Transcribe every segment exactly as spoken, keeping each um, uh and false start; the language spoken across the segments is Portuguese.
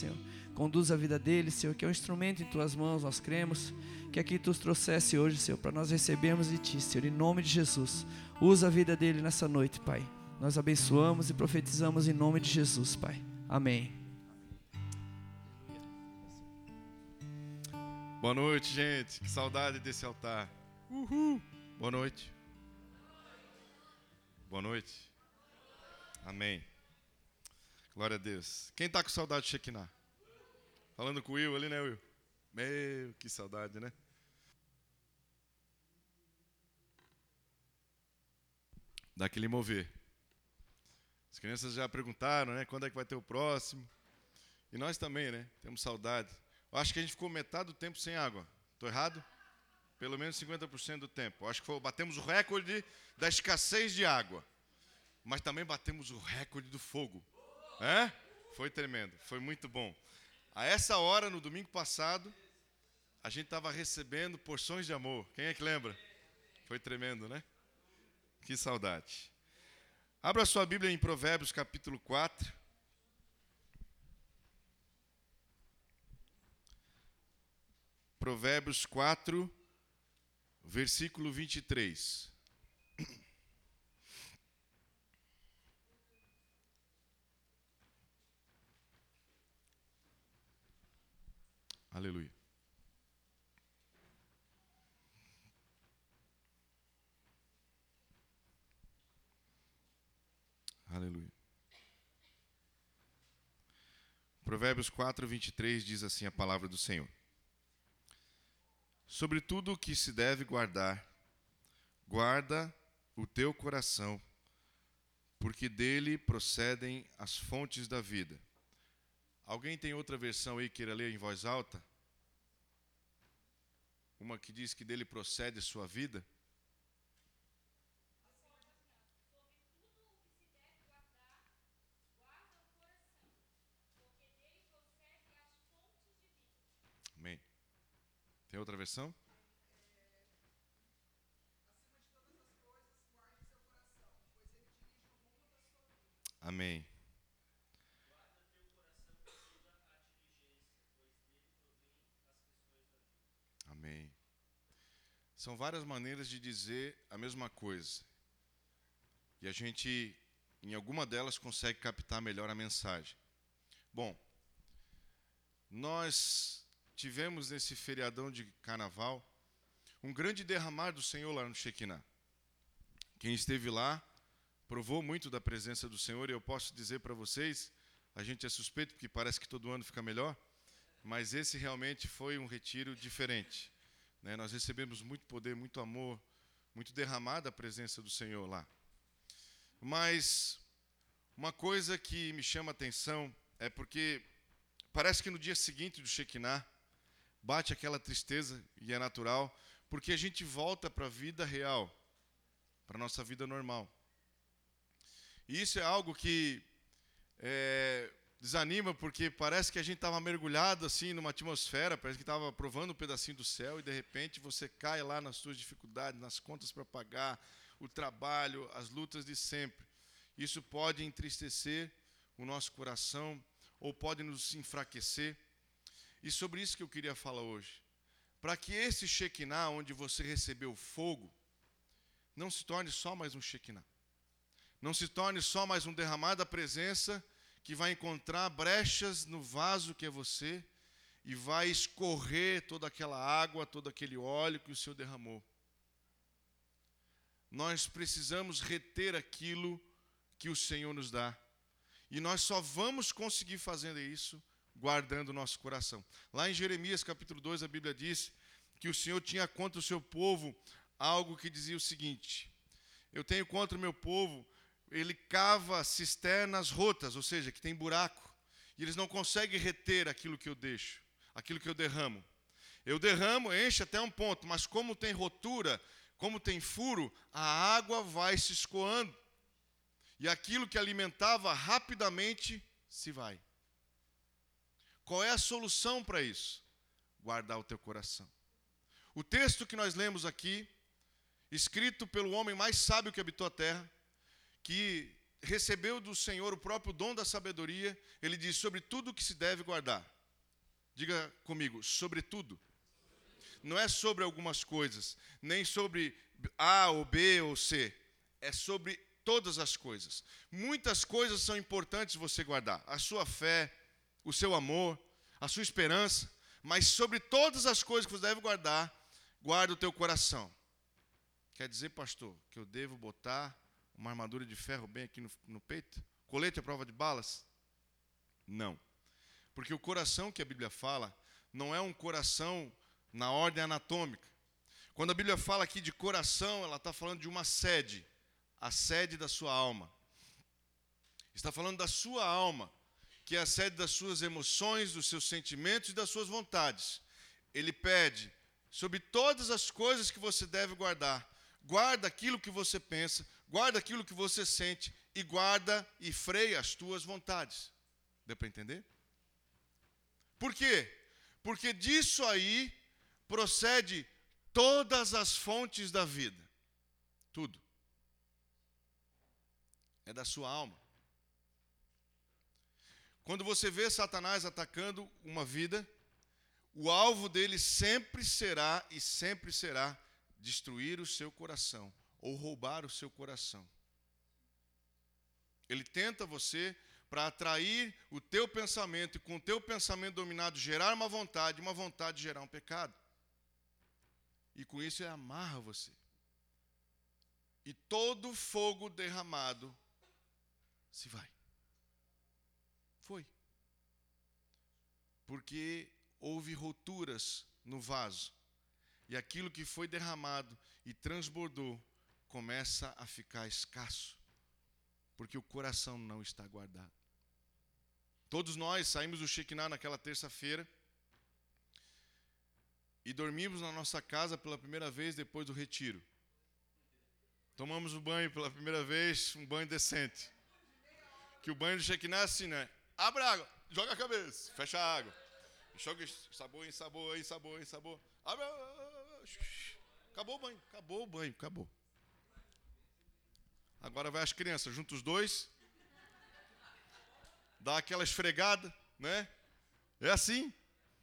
Senhor. Conduz a vida dele, Senhor, que é um instrumento em Tuas mãos, nós cremos. Que aqui Tu os trouxesse hoje, Senhor, para nós recebermos de Ti, Senhor, em nome de Jesus. Usa a vida dele nessa noite, Pai. Nós abençoamos e profetizamos em nome de Jesus, Pai. Amém. Boa noite, gente. Que saudade desse altar. Uhul. Boa noite. Boa noite. Amém. Glória a Deus. Quem está com saudade de Shekinah? Falando com o Will ali, né, Will? Meu, que saudade, né? Dá aquele mover. As crianças já perguntaram, né? Quando é que vai ter o próximo? E nós também, né? Temos saudade. Eu acho que a gente ficou metade do tempo sem água. Estou errado? Pelo menos cinquenta por cento do tempo. Eu acho que foi, batemos o recorde da escassez de água. Mas também batemos o recorde do fogo. É? Foi tremendo. Foi muito bom. A essa hora, no domingo passado, a gente estava recebendo porções de amor. Quem é que lembra? Foi tremendo, né? Que saudade. Abra sua Bíblia em Provérbios capítulo quatro. Provérbios quatro, versículo vinte e três. Aleluia. Aleluia. Provérbios quatro, vinte e três diz assim a palavra do Senhor. Sobre tudo o que se deve guardar, guarda o teu coração, porque dele procedem as fontes da vida. Alguém tem outra versão aí que queira ler em voz alta? Uma que diz que dele procede a sua vida? Amém. Tem outra versão? Amém. Amém. São várias maneiras de dizer a mesma coisa. E a gente, em alguma delas, consegue captar melhor a mensagem. Bom, nós tivemos nesse feriadão de carnaval um grande derramar do Senhor lá no Shekinah. Quem esteve lá provou muito da presença do Senhor, e eu posso dizer para vocês, a gente é suspeito porque parece que todo ano fica melhor, mas esse realmente foi um retiro diferente, né? Nós recebemos muito poder, muito amor, muito derramada a presença do Senhor lá. Mas uma coisa que me chama a atenção é porque parece que no dia seguinte do Shekinah bate aquela tristeza, e é natural, porque a gente volta para a vida real, para a nossa vida normal. E isso é algo que é, desanima, porque parece que a gente estava mergulhado assim numa atmosfera, parece que estava provando um pedacinho do céu, e de repente você cai lá nas suas dificuldades, nas contas para pagar, o trabalho, as lutas de sempre. Isso pode entristecer o nosso coração, ou pode nos enfraquecer. E sobre isso que eu queria falar hoje. Para que esse Shekinah, onde você recebeu fogo, não se torne só mais um Shekinah. Não se torne só mais um derramar da presença que vai encontrar brechas no vaso que é você e vai escorrer toda aquela água, todo aquele óleo que o Senhor derramou. Nós precisamos reter aquilo que o Senhor nos dá. E nós só vamos conseguir fazer isso guardando o nosso coração. Lá em Jeremias capítulo dois, a Bíblia diz que o Senhor tinha contra o seu povo algo que dizia o seguinte: eu tenho contra o meu povo, ele cava cisternas rotas, ou seja, que tem buraco, e eles não conseguem reter aquilo que eu deixo, aquilo que eu derramo. Eu derramo, enche até um ponto, mas como tem rotura, como tem furo, a água vai se escoando. E aquilo que alimentava rapidamente se vai. Qual é a solução para isso? Guardar o teu coração. O texto que nós lemos aqui, escrito pelo homem mais sábio que habitou a terra, que recebeu do Senhor o próprio dom da sabedoria, ele diz sobre tudo o que se deve guardar. Diga comigo, sobre tudo. Não é sobre algumas coisas, nem sobre A ou B ou C. É sobre todas as coisas. Muitas coisas são importantes você guardar. A sua fé, o seu amor, a sua esperança. Mas sobre todas as coisas que você deve guardar, guarda o teu coração. Quer dizer, pastor, que eu devo botar uma armadura de ferro bem aqui no, no peito? Colete à prova de balas? Não. Porque o coração que a Bíblia fala não é um coração na ordem anatômica. Quando a Bíblia fala aqui de coração, ela está falando de uma sede, a sede da sua alma. Está falando da sua alma, que é a sede das suas emoções, dos seus sentimentos e das suas vontades. Ele pede, sobre todas as coisas que você deve guardar, guarda aquilo que você pensa, guarda aquilo que você sente e guarda e freia as tuas vontades. Deu para entender? Por quê? Porque disso aí procede todas as fontes da vida. Tudo. É da sua alma. Quando você vê Satanás atacando uma vida, o alvo dele sempre será e sempre será destruir o seu coração ou roubar o seu coração. Ele tenta você para atrair o teu pensamento e com o teu pensamento dominado gerar uma vontade, uma vontade gerar um pecado. E com isso ele amarra você. E todo fogo derramado se vai. Foi. Porque houve rupturas no vaso. E aquilo que foi derramado e transbordou começa a ficar escasso. Porque o coração não está guardado. Todos nós saímos do Shekinah naquela terça-feira e dormimos na nossa casa pela primeira vez depois do retiro. Tomamos o banho pela primeira vez, um banho decente. Que o banho do Shekinah é assim, né? Abre a água, joga a cabeça, fecha a água. Joga sabor em sabor, em sabor, em sabor. Abre a... Acabou o banho, acabou o banho, acabou. Agora vai as crianças, junta os dois. Dá aquela esfregada, né? É assim.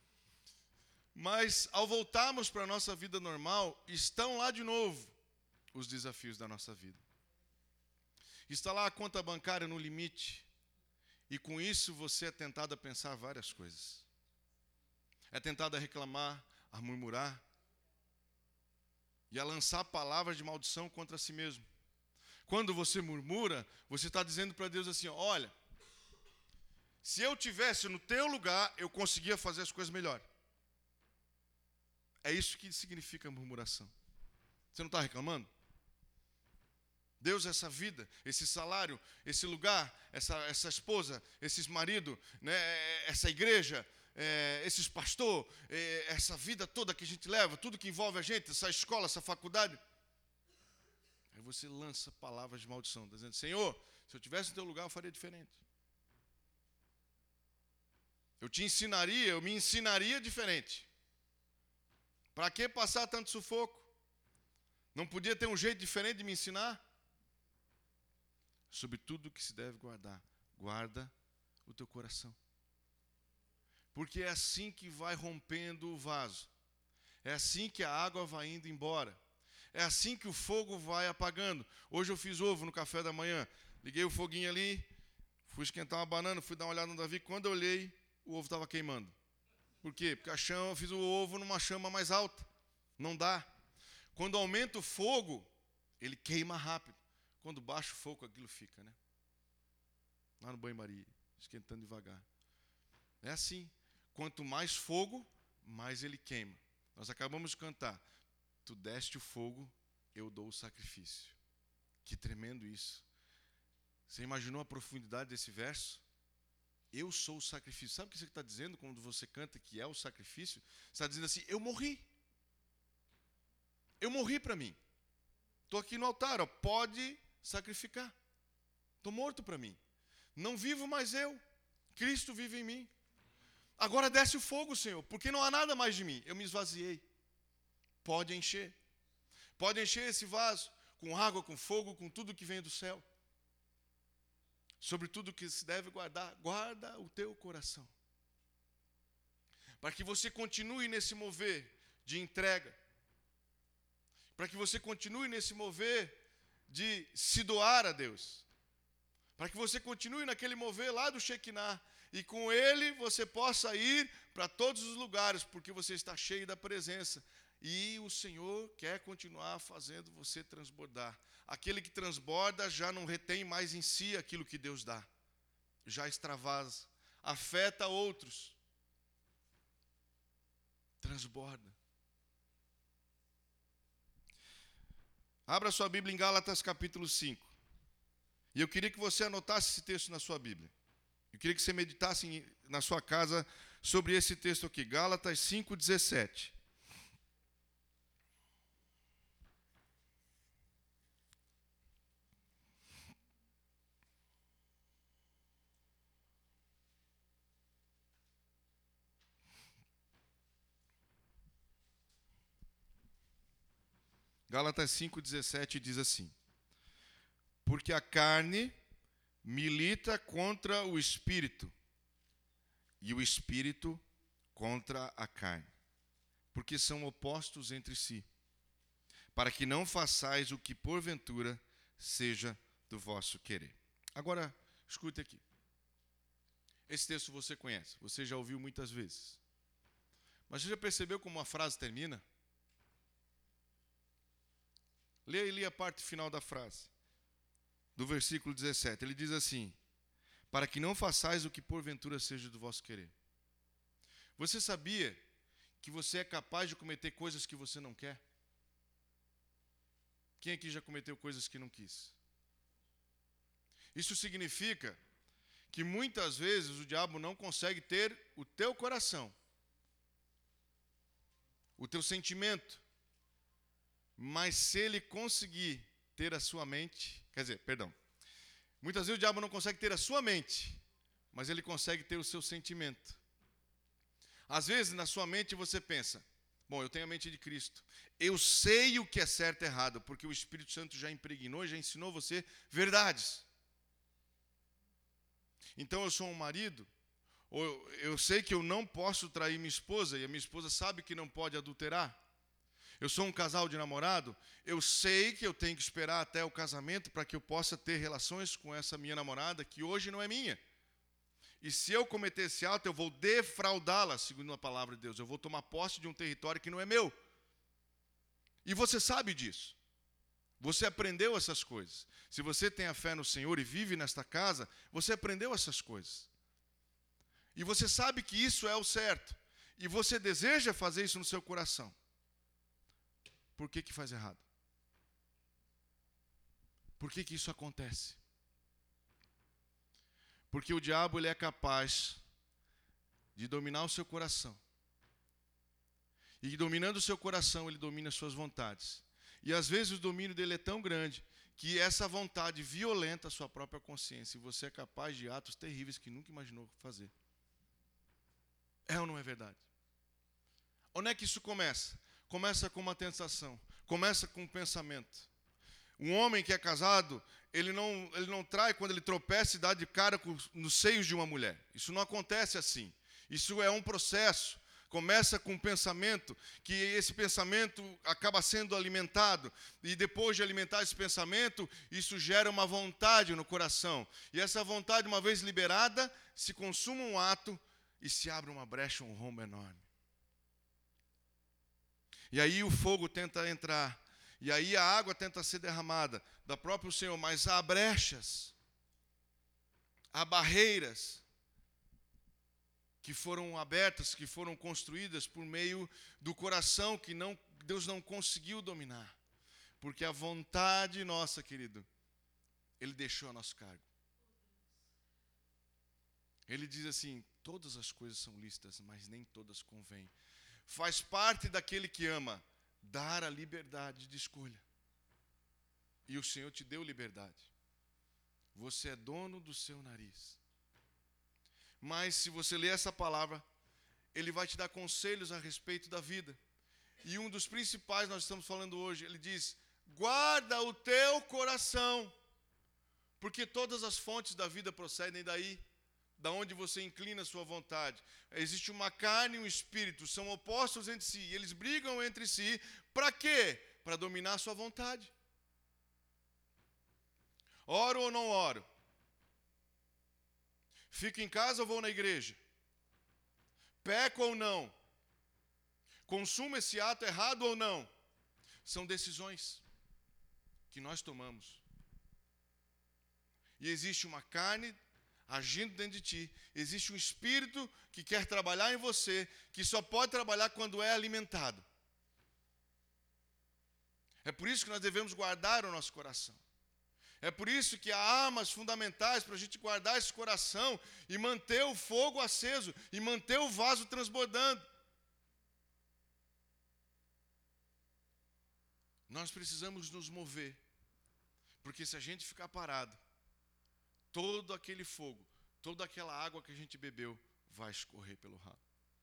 Mas ao voltarmos para a nossa vida normal, estão lá de novo os desafios da nossa vida. Está lá a conta bancária no limite. E com isso você é tentado a pensar várias coisas. É tentado a reclamar, a murmurar. E a lançar palavras de maldição contra si mesmo. Quando você murmura, você está dizendo para Deus assim, olha, se eu tivesse no teu lugar, eu conseguia fazer as coisas melhor. É isso que significa murmuração. Você não está reclamando? Deus, essa vida, esse salário, esse lugar, essa, essa esposa, esse marido, né, essa igreja, é, esses pastor, é, essa vida toda que a gente leva, tudo que envolve a gente, essa escola, essa faculdade. Aí você lança palavras de maldição, dizendo, Senhor, se eu tivesse no teu lugar, eu faria diferente. Eu te ensinaria, eu me ensinaria diferente. Para que passar tanto sufoco? Não podia ter um jeito diferente de me ensinar? Sobre tudo o que se deve guardar, guarda o teu coração. Porque é assim que vai rompendo o vaso. É assim que a água vai indo embora. É assim que o fogo vai apagando. Hoje eu fiz ovo no café da manhã. Liguei o foguinho ali, fui esquentar uma banana, fui dar uma olhada no Davi. Quando eu olhei, o ovo estava queimando. Por quê? Porque a chama, eu fiz o ovo numa chama mais alta. Não dá. Quando aumenta o fogo, ele queima rápido. Quando baixa o fogo, aquilo fica, né? Lá no banho-maria, esquentando devagar. É assim. Quanto mais fogo, mais ele queima. Nós acabamos de cantar. Tu deste o fogo, eu dou o sacrifício. Que tremendo isso. Você imaginou a profundidade desse verso? Eu sou o sacrifício. Sabe o que você está dizendo quando você canta que é o sacrifício? Você está dizendo assim, eu morri. Eu morri para mim. Estou aqui no altar, ó, pode sacrificar. Estou morto para mim. Não vivo mais eu. Cristo vive em mim. Agora desce o fogo, Senhor, porque não há nada mais de mim. Eu me esvaziei. Pode encher. Pode encher esse vaso com água, com fogo, com tudo que vem do céu. sobre tudo que se deve guardar, guarda o teu coração. Para que você continue nesse mover de entrega. Para que você continue nesse mover de se doar a Deus. Para que você continue naquele mover lá do Shekinah. E com ele você possa ir para todos os lugares, porque você está cheio da presença. E o Senhor quer continuar fazendo você transbordar. Aquele que transborda já não retém mais em si aquilo que Deus dá. Já extravasa, afeta outros. Transborda. Abra sua Bíblia em Gálatas capítulo cinco. E eu queria que você anotasse esse texto na sua Bíblia. Eu queria que você meditasse na sua casa sobre esse texto aqui. Gálatas cinco, dezessete. Gálatas cinco, dezessete diz assim: porque a carne milita contra o espírito, e o espírito contra a carne, porque são opostos entre si, para que não façais o que porventura seja do vosso querer. Agora, escute aqui. Esse texto você conhece, você já ouviu muitas vezes. Mas você já percebeu como a frase termina? Leia ali a parte final da frase, do versículo dezessete. Ele diz assim: para que não façais o que porventura seja do vosso querer. Você sabia que você é capaz de cometer coisas que você não quer? Quem aqui já cometeu coisas que não quis? Isso significa que muitas vezes o diabo não consegue ter o teu coração, o teu sentimento. Mas se ele conseguir ter a sua mente, quer dizer, perdão, muitas vezes o diabo não consegue ter a sua mente, mas ele consegue ter o seu sentimento. Às vezes na sua mente você pensa: bom, eu tenho a mente de Cristo, eu sei o que é certo e errado, porque o Espírito Santo já impregnou, já ensinou você verdades. Então eu sou um marido, ou eu, eu sei que eu não posso trair minha esposa, e a minha esposa sabe que não pode adulterar. Eu sou um casal de namorado, eu sei que eu tenho que esperar até o casamento para que eu possa ter relações com essa minha namorada, que hoje não é minha. E se eu cometer esse ato, eu vou defraudá-la, segundo a palavra de Deus. Eu vou tomar posse de um território que não é meu. E você sabe disso. Você aprendeu essas coisas. Se você tem a fé no Senhor e vive nesta casa, você aprendeu essas coisas. E você sabe que isso é o certo. E você deseja fazer isso no seu coração. Por que que faz errado? Por que que isso acontece? Porque o diabo ele é capaz de dominar o seu coração. E dominando o seu coração, ele domina as suas vontades. E às vezes o domínio dele é tão grande que essa vontade violenta a sua própria consciência. E você é capaz de atos terríveis que nunca imaginou fazer. É ou não é verdade? Onde é que isso começa? Começa com uma tentação, começa com um pensamento. Um homem que é casado, ele não, ele não trai quando ele tropeça e dá de cara com, nos seios de uma mulher. Isso não acontece assim. Isso é um processo. Começa com um pensamento, que esse pensamento acaba sendo alimentado. E depois de alimentar esse pensamento, isso gera uma vontade no coração. E essa vontade, uma vez liberada, se consuma um ato e se abre uma brecha, um rombo enorme. E aí o fogo tenta entrar, e aí a água tenta ser derramada da própria Senhor, mas há brechas, há barreiras que foram abertas, que foram construídas por meio do coração que não, Deus não conseguiu dominar. Porque a vontade nossa, querido, Ele deixou a nosso cargo. Ele diz assim: todas as coisas são lícitas, mas nem todas convêm. Faz parte daquele que ama dar a liberdade de escolha. E o Senhor te deu liberdade. Você é dono do seu nariz. Mas se você ler essa palavra, Ele vai te dar conselhos a respeito da vida. E um dos principais nós estamos falando hoje, Ele diz: guarda o teu coração, Porque todas as fontes da vida procedem daí, da onde você inclina a sua vontade. Existe uma carne e um espírito, são opostos entre si, e eles brigam entre si, para quê? Para dominar a sua vontade. Oro ou não oro? Fico em casa ou vou na igreja? Peco ou não? Consumo esse ato errado ou não? São decisões que nós tomamos. E existe uma carne agindo dentro de ti. Existe um espírito que quer trabalhar em você, que só pode trabalhar quando é alimentado. É por isso que nós devemos guardar o nosso coração. É por isso que há armas fundamentais para a gente guardar esse coração e manter o fogo aceso, e manter o vaso transbordando. Nós precisamos nos mover, porque se a gente ficar parado, todo aquele fogo, toda aquela água que a gente bebeu, vai escorrer pelo ralo.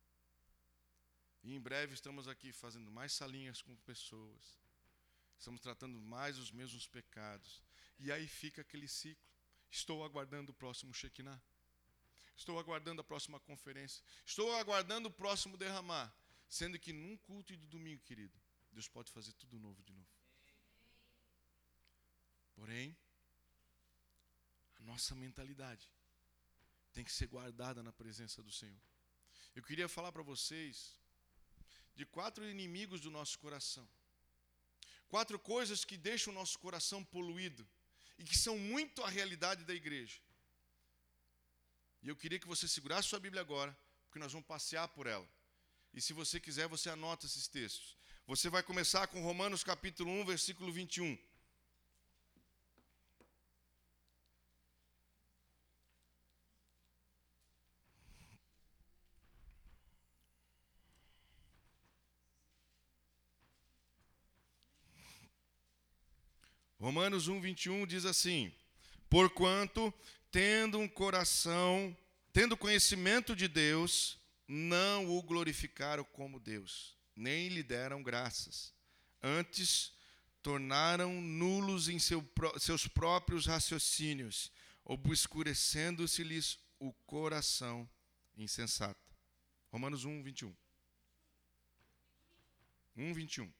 E em breve estamos aqui fazendo mais salinhas com pessoas, estamos tratando mais os mesmos pecados, e aí fica aquele ciclo. Estou aguardando o próximo Shekinah, estou aguardando a próxima conferência, estou aguardando o próximo derramar, sendo que num culto de domingo, querido, Deus pode fazer tudo novo de novo. Porém, a nossa mentalidade tem que ser guardada na presença do Senhor. Eu queria falar para vocês de quatro inimigos do nosso coração. Quatro coisas que deixam o nosso coração poluído e que são muito a realidade da igreja. E eu queria que você segurasse sua Bíblia agora, porque nós vamos passear por ela. E se você quiser, você anota esses textos. Você vai começar com Romanos capítulo um, versículo vinte e um. Romanos um, vinte e um diz assim: porquanto, tendo um coração, tendo conhecimento de Deus, não o glorificaram como Deus, nem lhe deram graças. Antes, tornaram nulos em seu, seus próprios raciocínios, obscurecendo-se-lhes o coração insensato. Romanos um, vinte e um. um, vinte e um.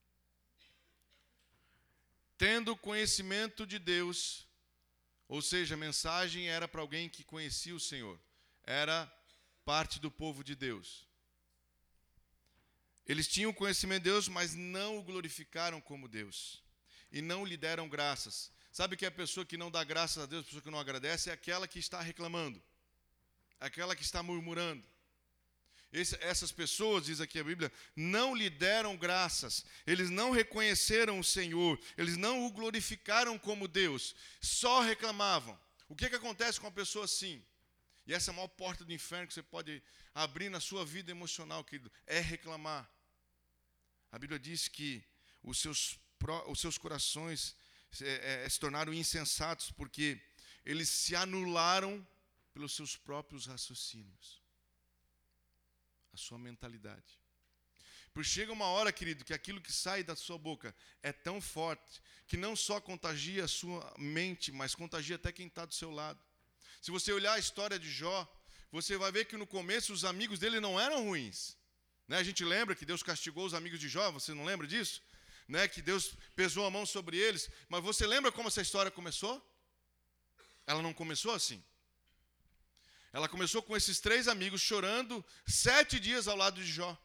Tendo conhecimento de Deus, ou seja, a mensagem era para alguém que conhecia o Senhor, era parte do povo de Deus. Eles tinham conhecimento de Deus, mas não o glorificaram como Deus, e não lhe deram graças. Sabe que a pessoa que não dá graças a Deus, a pessoa que não agradece, é aquela que está reclamando, aquela que está murmurando. Esse, essas pessoas, diz aqui a Bíblia, não lhe deram graças, eles não reconheceram o Senhor, eles não o glorificaram como Deus, só reclamavam. O que, que acontece com uma pessoa assim? E essa é a maior porta do inferno que você pode abrir na sua vida emocional, querido, é reclamar. A Bíblia diz que os seus, os seus corações é, é, se tornaram insensatos porque eles se anularam pelos seus próprios raciocínios. A sua mentalidade. Porque chega uma hora, querido, que aquilo que sai da sua boca é tão forte que não só contagia a sua mente, mas contagia até quem está do seu lado. Se você olhar a história de Jó, você vai ver que no começo os amigos dele não eram ruins. Né? A gente lembra que Deus castigou os amigos de Jó, você não lembra disso? Né? Que Deus pesou a mão sobre eles. Mas você lembra como essa história começou? Ela não começou assim. Ela começou com esses três amigos chorando sete dias ao lado de Jó,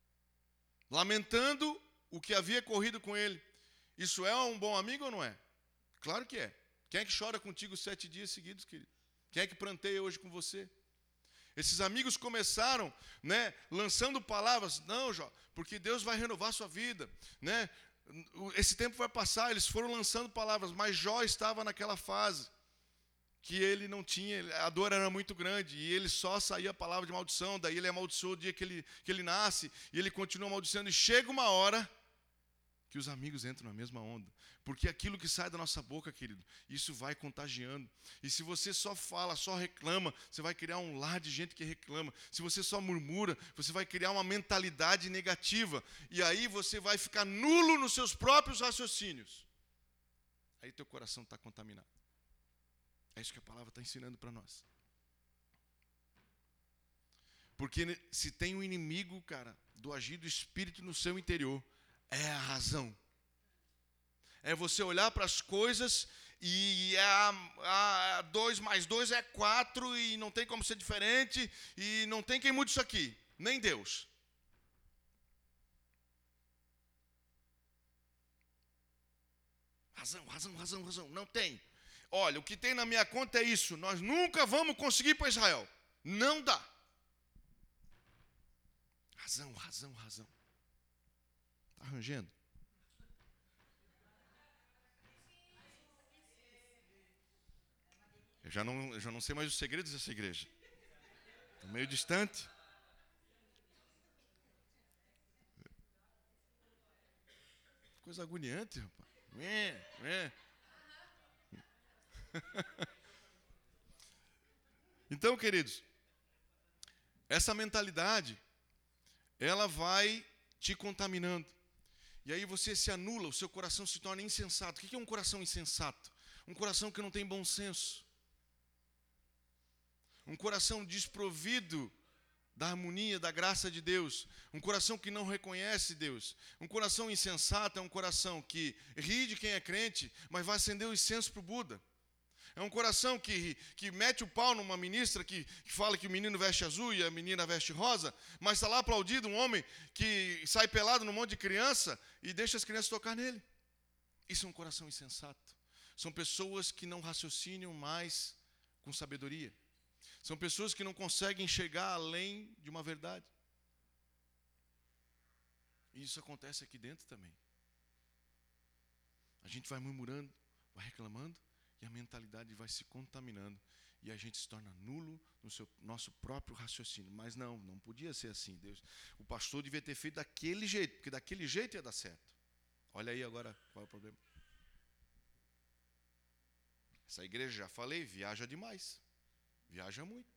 lamentando o que havia corrido com ele. Isso é um bom amigo ou não é? Claro que é. Quem é que chora contigo sete dias seguidos, querido? Quem é que pranteia hoje com você? Esses amigos começaram, né, lançando palavras. Não, Jó, porque Deus vai renovar a sua vida. Né? Esse tempo vai passar. Eles foram lançando palavras, mas Jó estava naquela fase que ele não tinha, a dor era muito grande, e ele só saía a palavra de maldição, daí ele amaldiçoou o dia que ele, que ele nasce, e ele continua amaldiçoando, e chega uma hora que os amigos entram na mesma onda, porque aquilo que sai da nossa boca, querido, isso vai contagiando, e se você só fala, só reclama, você vai criar um lar de gente que reclama, se você só murmura, você vai criar uma mentalidade negativa, e aí você vai ficar nulo nos seus próprios raciocínios, aí teu coração está contaminado. É isso que a palavra está ensinando para nós. Porque se tem um inimigo, cara, do agir do Espírito no seu interior, é a razão. É você olhar para as coisas e a, a dois mais dois é quatro e não tem como ser diferente e não tem quem mude isso aqui, nem Deus. Razão, razão, razão, razão, não tem. Olha, o que tem na minha conta é isso, nós nunca vamos conseguir para Israel. Não dá. Razão, razão, razão. Está arranjando? Eu já não, eu já não sei mais os segredos dessa igreja. Estou meio distante. Coisa agoniante, rapaz. É, é. Então, queridos, essa mentalidade, ela vai te contaminando. E aí você se anula, o seu coração se torna insensato. O que é um coração insensato? Um coração que não tem bom senso. Um coração desprovido da harmonia, da graça de Deus. Um coração que não reconhece Deus. Um coração insensato é um coração que ri de quem é crente, mas vai acender o incenso para o Buda. É um coração que, que mete o pau numa ministra que, que fala que o menino veste azul e a menina veste rosa, mas está lá aplaudido um homem que sai pelado num monte de criança e deixa as crianças tocar nele. Isso é um coração insensato. São pessoas que não raciocinam mais com sabedoria. São pessoas que não conseguem chegar além de uma verdade. E isso acontece aqui dentro também. A gente vai murmurando, vai reclamando, e a mentalidade vai se contaminando. E a gente se torna nulo no seu, nosso próprio raciocínio. Mas não, não podia ser assim. Deus, o pastor devia ter feito daquele jeito, porque daquele jeito ia dar certo. Olha aí agora qual é o problema. Essa igreja, já falei, viaja demais. Viaja muito.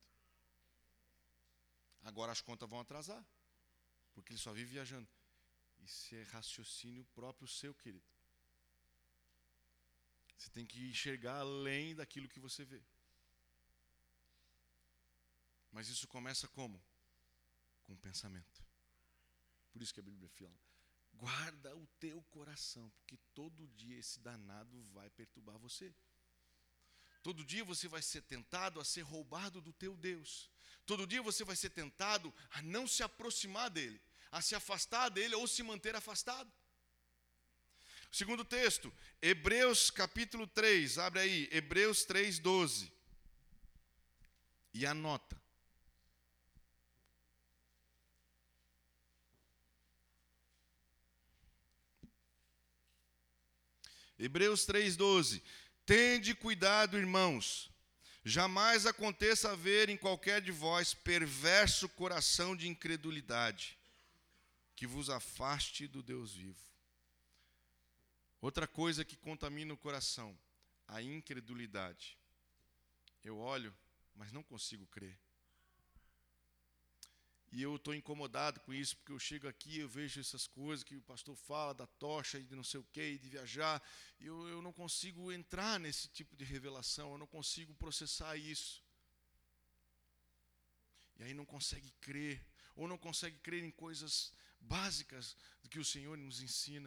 Agora as contas vão atrasar, porque ele só vive viajando. Isso é raciocínio próprio seu, querido. Você tem que enxergar além daquilo que você vê. Mas isso começa como? Com o pensamento. Por isso que a Bíblia fala, guarda o teu coração, porque todo dia esse danado vai perturbar você. Todo dia você vai ser tentado a ser roubado do teu Deus. Todo dia você vai ser tentado a não se aproximar dele, a se afastar dele ou se manter afastado. Segundo texto, Hebreus capítulo três, abre aí, Hebreus três, doze. E anota. Hebreus três, doze. Tende cuidado, irmãos, jamais aconteça haver em qualquer de vós perverso coração de incredulidade, que vos afaste do Deus vivo. Outra coisa que contamina o coração, a incredulidade. Eu olho, mas não consigo crer. E eu estou incomodado com isso, porque eu chego aqui, eu vejo essas coisas que o pastor fala, da tocha e de não sei o quê, e de viajar, e eu, eu não consigo entrar nesse tipo de revelação, eu não consigo processar isso. E aí não consegue crer, ou não consegue crer em coisas básicas do que o Senhor nos ensina.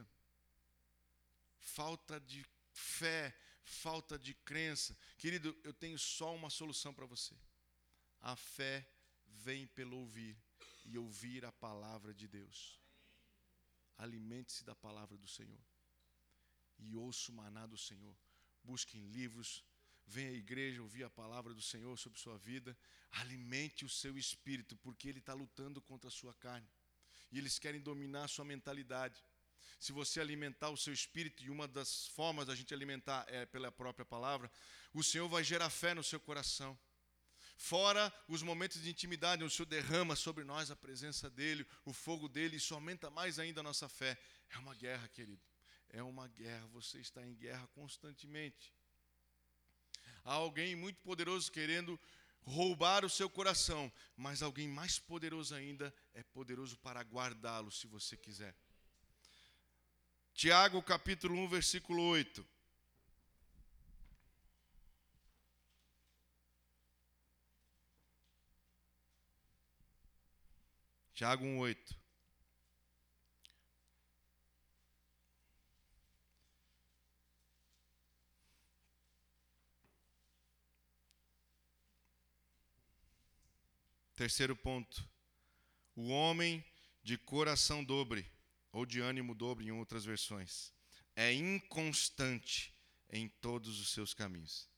Falta de fé, falta de crença. Querido, eu tenho só uma solução para você. A fé vem pelo ouvir, e ouvir a palavra de Deus. Alimente-se da palavra do Senhor. E ouça o maná do Senhor. Busque em livros, venha à igreja ouvir a palavra do Senhor sobre sua vida. Alimente o seu espírito, porque ele está lutando contra a sua carne. E eles querem dominar a sua mentalidade. Se você alimentar o seu espírito, e uma das formas da gente alimentar é pela própria palavra, o Senhor vai gerar fé no seu coração. Fora os momentos de intimidade, onde o Senhor derrama sobre nós a presença dEle, o fogo dEle, isso aumenta mais ainda a nossa fé. É uma guerra, querido. É uma guerra, você está em guerra constantemente. Há alguém muito poderoso querendo roubar o seu coração, mas alguém mais poderoso ainda é poderoso para guardá-lo, se você quiser. Tiago capítulo um, versículo oito. Tiago um, oito. Terceiro ponto. O homem de coração dobre, ou de ânimo dobre em outras versões, é inconstante em todos os seus caminhos.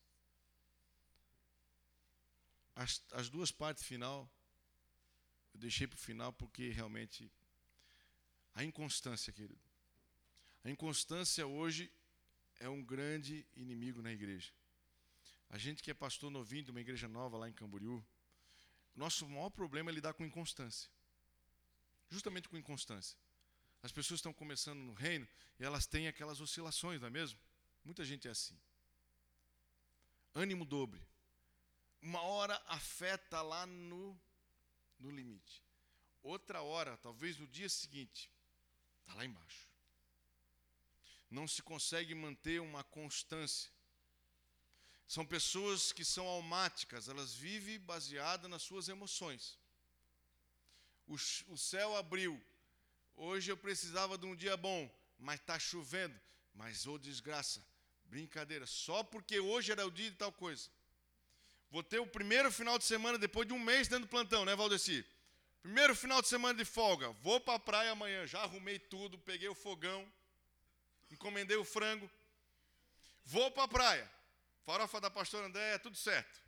As, as duas partes final, eu deixei para o final porque realmente a inconstância, querido. A inconstância hoje é um grande inimigo na igreja. A gente que é pastor novinho de uma igreja nova lá em Camboriú, nosso maior problema é lidar com inconstância. Justamente com inconstância. As pessoas estão começando no reino e elas têm aquelas oscilações, não é mesmo? Muita gente é assim. Ânimo dobre. Uma hora afeta lá no, no limite. Outra hora, talvez no dia seguinte, está lá embaixo. Não se consegue manter uma constância. São pessoas que são almáticas, elas vivem baseadas nas suas emoções. O, o céu abriu, hoje eu precisava de um dia bom, mas está chovendo, mas ô desgraça, brincadeira, só porque hoje era o dia de tal coisa. Vou ter o primeiro final de semana, depois de um mês dentro do plantão, né, Valdeci? Primeiro final de semana de folga, vou para a praia amanhã, já arrumei tudo, peguei o fogão, encomendei o frango, vou para a praia, farofa da pastora Andréia, tudo certo.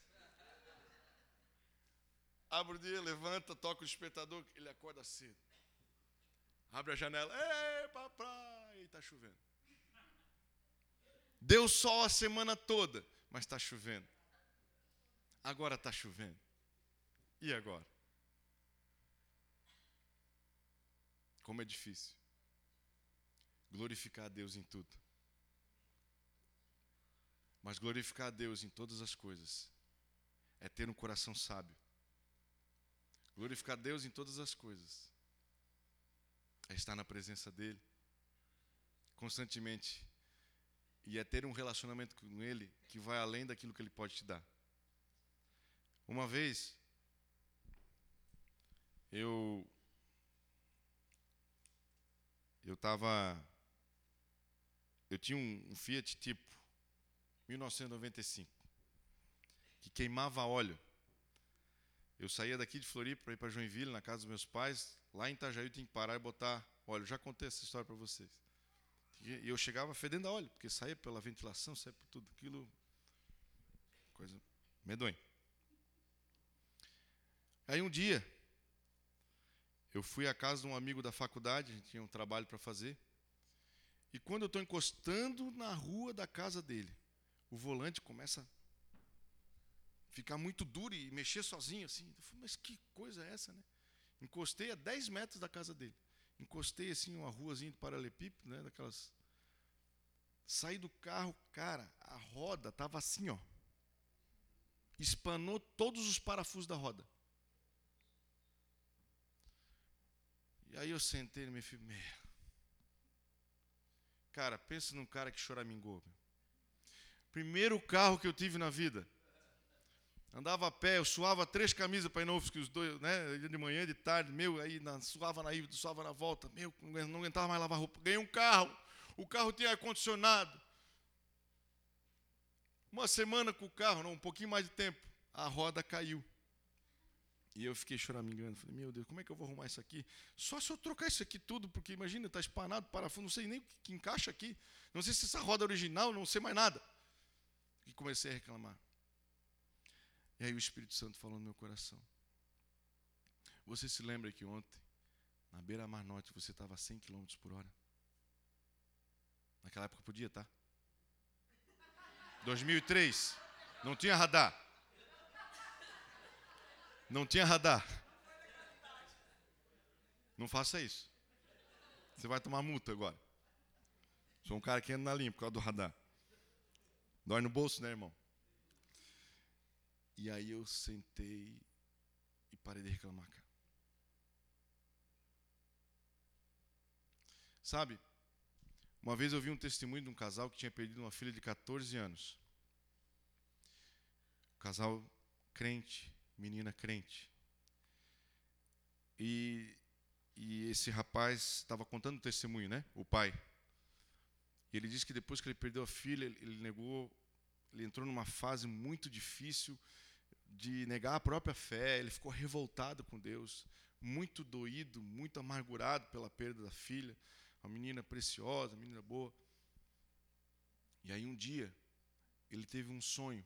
Abre o dia, levanta, toca o despertador, ele acorda cedo. Abre a janela, ei, pra praia, e está chovendo. Deu sol a semana toda, mas está chovendo. Agora está chovendo. E agora? Como é difícil glorificar a Deus em tudo. Mas glorificar a Deus em todas as coisas é ter um coração sábio. Glorificar a Deus em todas as coisas é estar na presença dEle constantemente e é ter um relacionamento com Ele que vai além daquilo que Ele pode te dar. Uma vez, eu eu estava, eu tinha um, um Fiat tipo mil novecentos e noventa e cinco que queimava óleo. Eu saía daqui de Floripa para ir para Joinville, na casa dos meus pais. Lá em Itajaí eu tinha que parar e botar óleo. Já contei essa história para vocês. E eu chegava fedendo a óleo, porque saía pela ventilação, saía por tudo aquilo. Coisa medonha. Aí um dia, eu fui à casa de um amigo da faculdade, a gente tinha um trabalho para fazer. E quando eu estou encostando na rua da casa dele, o volante começa a ficar muito duro e mexer sozinho assim. Eu falei, mas que coisa é essa, né? Encostei a dez metros da casa dele. Encostei assim uma ruazinha de paralelepípedo, né, daquelas. Saí do carro, cara, a roda estava assim, ó. Espanou todos os parafusos da roda. E aí eu sentei e me falei, cara, pensa num cara que choramingou. Primeiro carro que eu tive na vida. Andava a pé, eu suava três camisas para ir no office, os dois, né, de manhã, de tarde, meu, aí na, suava na ida, suava na volta, meu, não aguentava mais lavar roupa. Ganhei um carro, o carro tinha ar-condicionado. Uma semana com o carro, não, um pouquinho mais de tempo, a roda caiu. E eu fiquei choramingando, falei, meu Deus, como é que eu vou arrumar isso aqui? Só se eu trocar isso aqui tudo, porque imagina, está espanado, parafuso, não sei nem o que, que encaixa aqui, não sei se essa roda é original, não sei mais nada. E comecei a reclamar. E aí o Espírito Santo falou no meu coração. Você se lembra que ontem, na beira-mar norte, você estava a cem quilômetros por hora? Naquela época podia, tá? dois mil e três, não tinha radar. Não tinha radar. Não faça isso. Você vai tomar multa agora. Sou um cara que anda na linha por causa do radar. Dói no bolso, né, irmão? E aí eu sentei e parei de reclamar, cara. Sabe, uma vez eu vi um testemunho de um casal que tinha perdido uma filha de catorze anos. Casal crente, menina crente. E esse rapaz estava contando o testemunho, né? O pai. E ele disse que depois que ele perdeu a filha, ele, ele negou, ele entrou numa fase muito difícil de negar a própria fé, ele ficou revoltado com Deus, muito doído, muito amargurado pela perda da filha, uma menina preciosa, uma menina boa. E aí um dia, ele teve um sonho.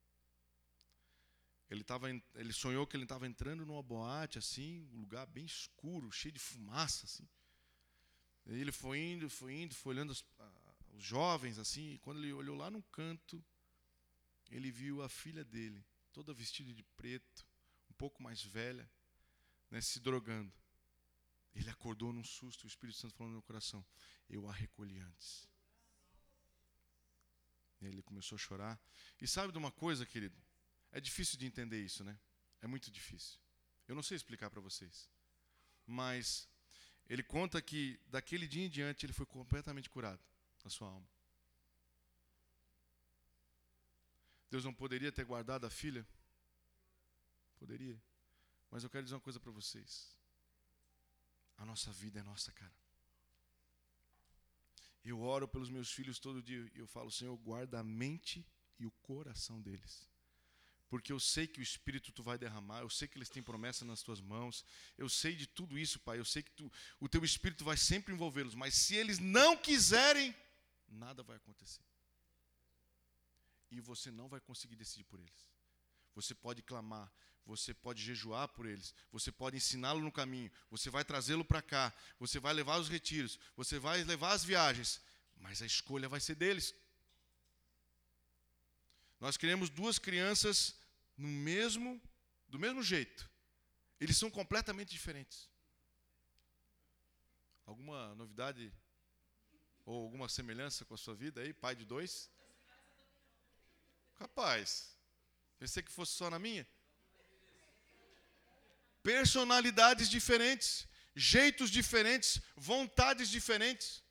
Ele, tava, ele sonhou que ele estava entrando numa boate, assim, um lugar bem escuro, cheio de fumaça, assim. E ele foi indo, foi indo, foi olhando os, os jovens, assim, e quando ele olhou lá no canto, ele viu a filha dele, toda vestida de preto, um pouco mais velha, né, se drogando. Ele acordou num susto, o Espírito Santo falou no meu coração, eu a recolhi antes. E ele começou a chorar. E sabe de uma coisa, querido? É difícil de entender isso, né? É muito difícil. Eu não sei explicar para vocês. Mas ele conta que daquele dia em diante ele foi completamente curado na sua alma. Deus não poderia ter guardado a filha? Poderia. Mas eu quero dizer uma coisa para vocês. A nossa vida é nossa, cara. Eu oro pelos meus filhos todo dia e eu falo, Senhor, guarda a mente e o coração deles. Porque eu sei que o Espírito tu vai derramar, eu sei que eles têm promessa nas tuas mãos, eu sei de tudo isso, Pai, eu sei que tu, o teu Espírito vai sempre envolvê-los, mas se eles não quiserem, nada vai acontecer. E você não vai conseguir decidir por eles. Você pode clamar, você pode jejuar por eles, você pode ensiná-lo no caminho, você vai trazê-lo para cá, você vai levar os retiros, você vai levar as viagens, mas a escolha vai ser deles. Nós criamos duas crianças no mesmo, do mesmo jeito. Eles são completamente diferentes. Alguma novidade ou alguma semelhança com a sua vida aí, pai de dois? Capaz. Pensei que fosse só na minha. Personalidades diferentes, jeitos diferentes, vontades diferentes.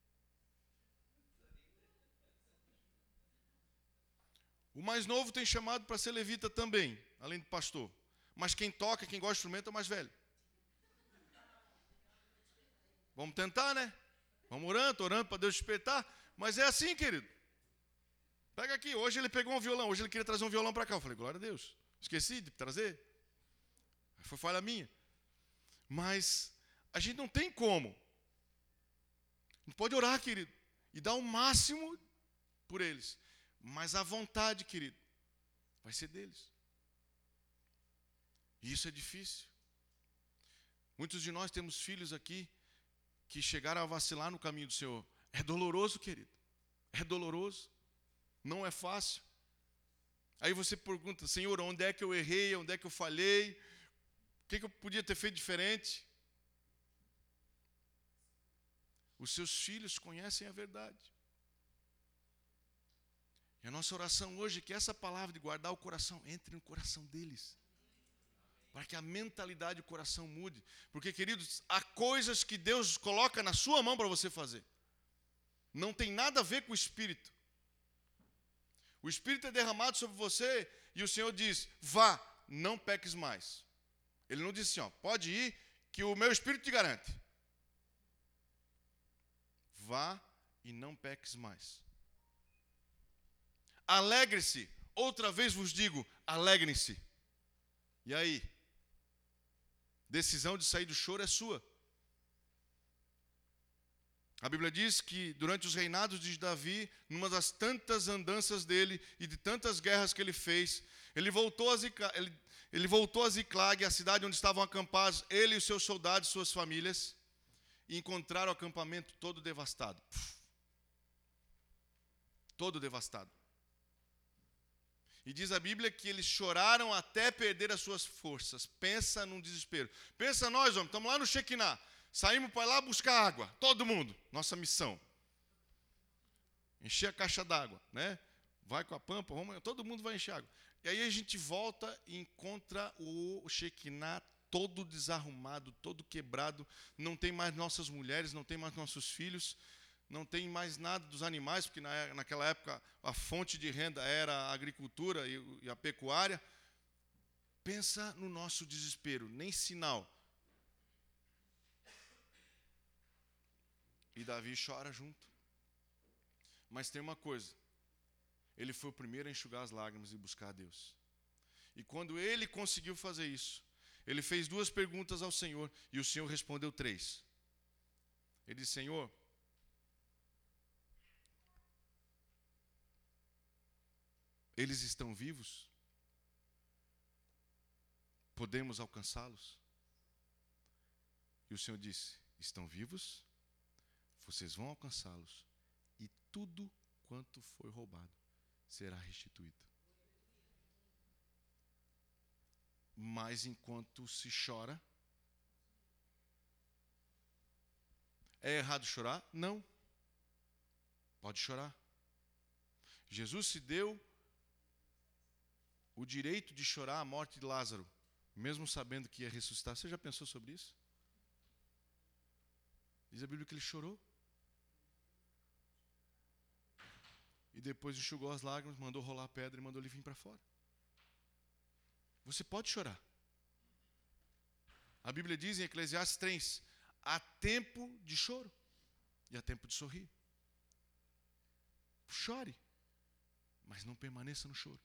O mais novo tem chamado para ser levita também, além de pastor. Mas quem toca, quem gosta de instrumento é o mais velho. Vamos tentar, né? Vamos orando, orando para Deus despertar. Mas é assim, querido. Pega aqui, hoje ele pegou um violão, hoje ele queria trazer um violão para cá. Eu falei, glória a Deus. Esqueci de trazer. Foi falha minha. Mas a gente não tem como. A gente pode orar, querido, e dar o máximo por eles. Mas a vontade, querido, vai ser deles. E isso é difícil. Muitos de nós temos filhos aqui que chegaram a vacilar no caminho do Senhor. É doloroso, querido. É doloroso. Não é fácil. Aí você pergunta, Senhor, onde é que eu errei? Onde é que eu falhei? O que, que eu podia ter feito diferente? Os seus filhos conhecem a verdade. E a nossa oração hoje é que essa palavra de guardar o coração entre no coração deles. Para que a mentalidade do coração mude. Porque, queridos, há coisas que Deus coloca na sua mão para você fazer. Não tem nada a ver com o Espírito. O Espírito é derramado sobre você e o Senhor diz, vá, não peques mais. Ele não diz assim, ó, pode ir, que o meu Espírito te garante. Vá e não peques mais. Alegre-se, outra vez vos digo, alegrem-se. E aí? Decisão de sair do choro é sua. A Bíblia diz que durante os reinados de Davi, numa das tantas andanças dele e de tantas guerras que ele fez, ele voltou a Ziclag, ele, ele voltou a Ziclag, a cidade onde estavam acampados, ele e os seus soldados e suas famílias, e encontraram o acampamento todo devastado. Todo devastado. E diz a Bíblia que eles choraram até perder as suas forças. Pensa num desespero. Pensa nós, homens, estamos lá no Shekinah. Saímos para lá buscar água. Todo mundo. Nossa missão. Encher a caixa d'água, né? Vai com a pampa, vamos, todo mundo vai encher água. E aí a gente volta e encontra o Shekinah todo desarrumado, todo quebrado. Não tem mais nossas mulheres, não tem mais nossos filhos. Não tem mais nada dos animais, porque na, naquela época a fonte de renda era a agricultura e, e a pecuária. Pensa no nosso desespero, nem sinal. E Davi chora junto. Mas tem uma coisa. Ele foi o primeiro a enxugar as lágrimas e buscar a Deus. E quando ele conseguiu fazer isso, ele fez duas perguntas ao Senhor e o Senhor respondeu três. Ele disse: Senhor, eles estão vivos? Podemos alcançá-los? E o Senhor disse: estão vivos? Vocês vão alcançá-los e tudo quanto foi roubado será restituído. Mas enquanto se chora, é errado chorar? Não. Pode chorar. Jesus se deu o direito de chorar a morte de Lázaro, mesmo sabendo que ia ressuscitar. Você já pensou sobre isso? Diz a Bíblia que ele chorou. E depois enxugou as lágrimas, mandou rolar a pedra e mandou ele vir para fora. Você pode chorar. A Bíblia diz em Eclesiastes três, há tempo de choro e há tempo de sorrir. Chore, mas não permaneça no choro.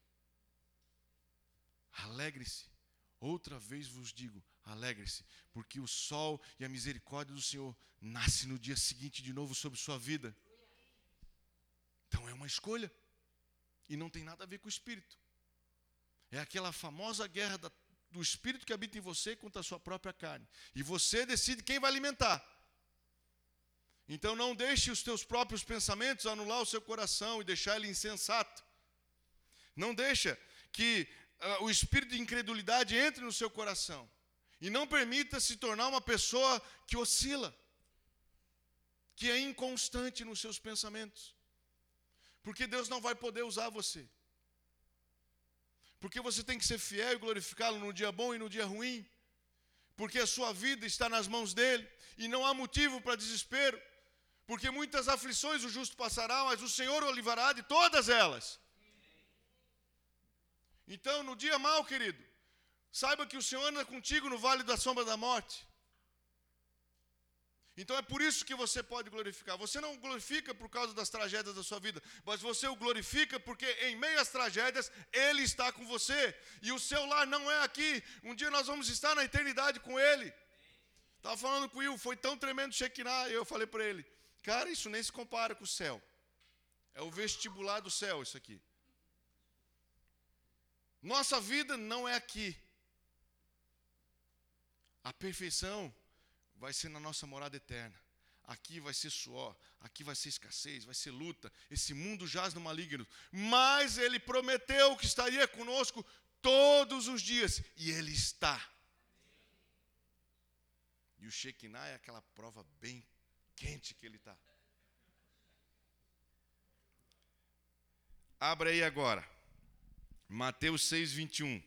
Alegre-se. Outra vez vos digo, alegre-se, porque o sol e a misericórdia do Senhor nasce no dia seguinte de novo sobre sua vida. Então é uma escolha. E não tem nada a ver com o Espírito. É aquela famosa guerra da, do Espírito que habita em você contra a sua própria carne. E você decide quem vai alimentar. Então não deixe os teus próprios pensamentos anular o seu coração e deixar ele insensato. Não deixa que uh, o espírito de incredulidade entre no seu coração. E não permita se tornar uma pessoa que oscila, que é inconstante nos seus pensamentos. Porque Deus não vai poder usar você. Porque você tem que ser fiel e glorificá-lo no dia bom e no dia ruim. Porque a sua vida está nas mãos dele. E não há motivo para desespero. Porque muitas aflições o justo passará, mas o Senhor o livrará de todas elas. Então, no dia mau, querido, saiba que o Senhor anda contigo no vale da sombra da morte. Então é por isso que você pode glorificar. Você não glorifica por causa das tragédias da sua vida, mas você o glorifica porque em meio às tragédias Ele está com você. E o seu lar não é aqui. Um dia nós vamos estar na eternidade com Ele. Estava falando com o Will, foi tão tremendo Shekinah, e eu falei para ele, cara, isso nem se compara com o céu. É o vestibular do céu isso aqui. Nossa vida não é aqui. A perfeição vai ser na nossa morada eterna. Aqui vai ser suor, aqui vai ser escassez, vai ser luta. Esse mundo jaz no maligno. Mas Ele prometeu que estaria conosco todos os dias. E Ele está. E o Shekinah é aquela prova bem quente que Ele está. Abra aí agora. Mateus seis, vinte e um.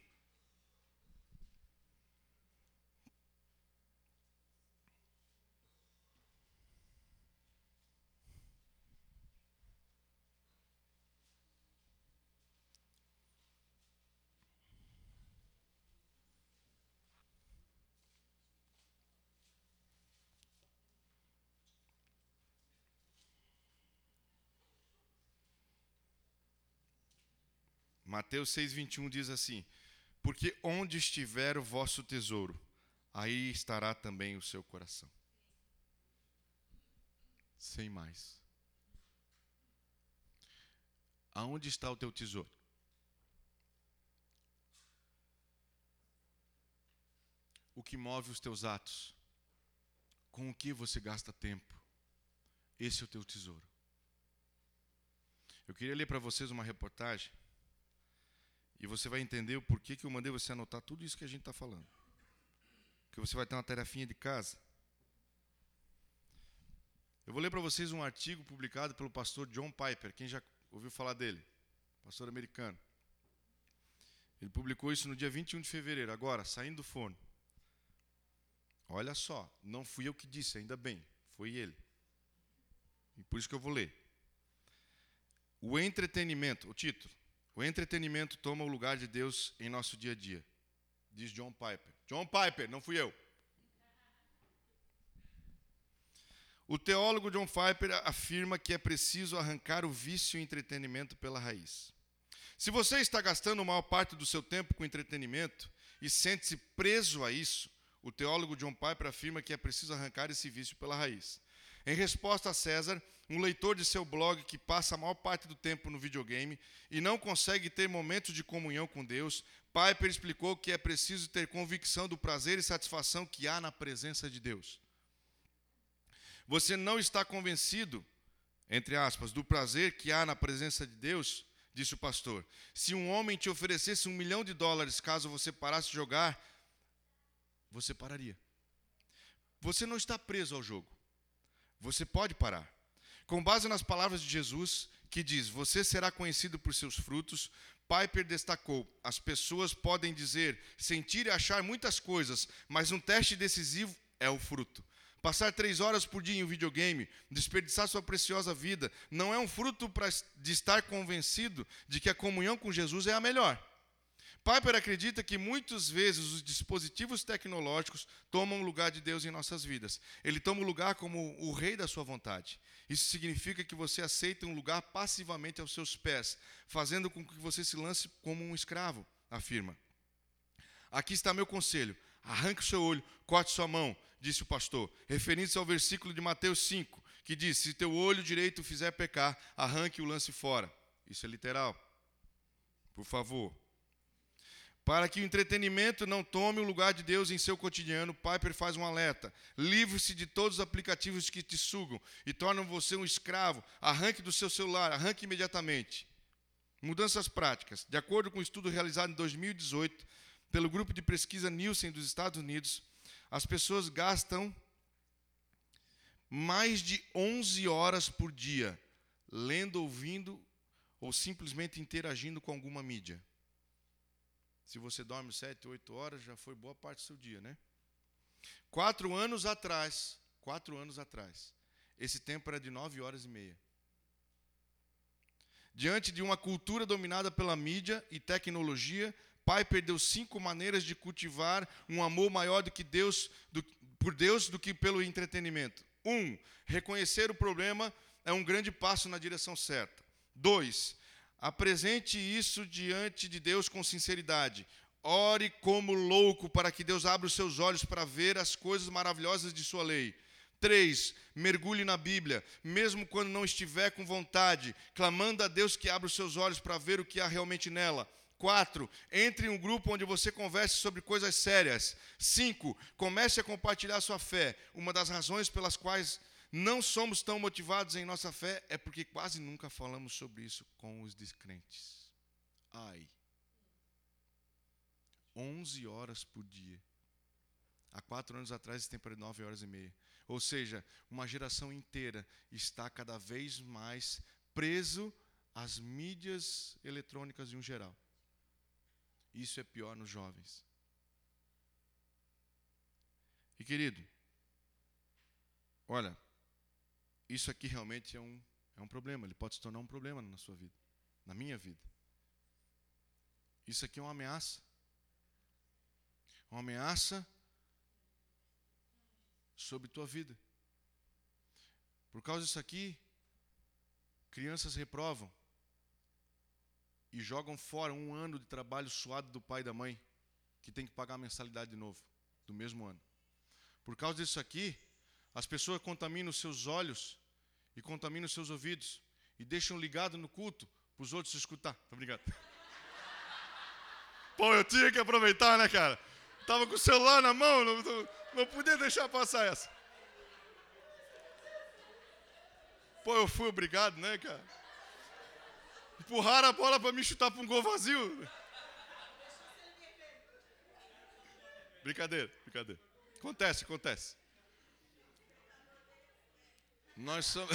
Mateus seis, vinte e um diz assim: porque onde estiver o vosso tesouro, aí estará também o seu coração. Sem mais. Aonde está o teu tesouro? O que move os teus atos? Com o que você gasta tempo? Esse é o teu tesouro. Eu queria ler para vocês uma reportagem. E você vai entender o porquê que eu mandei você anotar tudo isso que a gente está falando. Porque você vai ter uma tarefinha de casa. Eu vou ler para vocês um artigo publicado pelo pastor John Piper. Quem já ouviu falar dele? Pastor americano. Ele publicou isso no dia vinte e um de fevereiro, agora, saindo do forno. Olha só, não fui eu que disse, ainda bem, foi ele. E por isso que eu vou ler. O entretenimento, o título. O entretenimento toma o lugar de Deus em nosso dia a dia, diz John Piper. John Piper, não fui eu. O teólogo John Piper afirma que é preciso arrancar o vício e entretenimento pela raiz. Se você está gastando a maior parte do seu tempo com entretenimento e sente-se preso a isso, o teólogo John Piper afirma que é preciso arrancar esse vício pela raiz. Em resposta a César, um leitor de seu blog que passa a maior parte do tempo no videogame e não consegue ter momentos de comunhão com Deus, Piper explicou que é preciso ter convicção do prazer e satisfação que há na presença de Deus. Você não está convencido, entre aspas, do prazer que há na presença de Deus, disse o pastor. Se um homem te oferecesse um milhão de dólares caso você parasse de jogar, você pararia. Você não está preso ao jogo. Você pode parar. Com base nas palavras de Jesus, que diz, você será conhecido por seus frutos, Piper destacou, as pessoas podem dizer, sentir e achar muitas coisas, mas um teste decisivo é o fruto. Passar três horas por dia em um videogame, desperdiçar sua preciosa vida, não é um fruto pra, de estar convencido de que a comunhão com Jesus é a melhor. Piper acredita que muitas vezes os dispositivos tecnológicos tomam o lugar de Deus em nossas vidas. Ele toma o lugar como o rei da sua vontade. Isso significa que você aceita um lugar passivamente aos seus pés, fazendo com que você se lance como um escravo, afirma. Aqui está meu conselho. Arranque o seu olho, corte sua mão, disse o pastor, referindo-se ao versículo de Mateus cinco, que diz, se teu olho direito fizer pecar, arranque e o lance fora. Isso é literal. Por favor. Para que o entretenimento não tome o lugar de Deus em seu cotidiano, Piper faz um alerta. Livre-se de todos os aplicativos que te sugam e tornam você um escravo. Arranque do seu celular, arranque imediatamente. Mudanças práticas. De acordo com um estudo realizado em dois mil e dezoito, pelo grupo de pesquisa Nielsen dos Estados Unidos, as pessoas gastam mais de onze horas por dia lendo, ouvindo ou simplesmente interagindo com alguma mídia. Se você dorme sete, oito horas, já foi boa parte do seu dia, né? Quatro anos atrás, quatro anos atrás, esse tempo era de nove horas e meia. Diante de uma cultura dominada pela mídia e tecnologia, Piper deu cinco maneiras de cultivar um amor maior do que Deus, do, por Deus do que pelo entretenimento. Um, reconhecer o problema é um grande passo na direção certa. Dois, apresente isso diante de Deus com sinceridade. Ore como louco para que Deus abra os seus olhos para ver as coisas maravilhosas de sua lei. Três, mergulhe na Bíblia, mesmo quando não estiver com vontade, clamando a Deus que abra os seus olhos para ver o que há realmente nela. Quatro, entre em um grupo onde você converse sobre coisas sérias. Cinco, comece a compartilhar sua fé. Uma das razões pelas quais não somos tão motivados em nossa fé é porque quase nunca falamos sobre isso com os descrentes. Ai. Onze horas por dia. Há quatro anos atrás, esse tempo era de nove horas e meia. Ou seja, uma geração inteira está cada vez mais preso às mídias eletrônicas em geral. Isso é pior nos jovens. E querido, olha, isso aqui realmente é um, é um problema. Ele pode se tornar um problema na sua vida, na minha vida. Isso aqui é uma ameaça. Uma ameaça sobre tua vida. Por causa disso aqui, crianças reprovam e jogam fora um ano de trabalho suado do pai e da mãe, que tem que pagar a mensalidade de novo, do mesmo ano. Por causa disso aqui, as pessoas contaminam os seus olhos e contaminam os seus ouvidos e deixam ligado no culto para os outros escutar. Obrigado. Pô, eu tinha que aproveitar, né, cara? Tava com o celular na mão, não, não, não podia deixar passar essa. Pô, eu fui obrigado, né, cara? Empurraram a bola para me chutar para um gol vazio. Brincadeira, brincadeira. Acontece, acontece. Nós somos...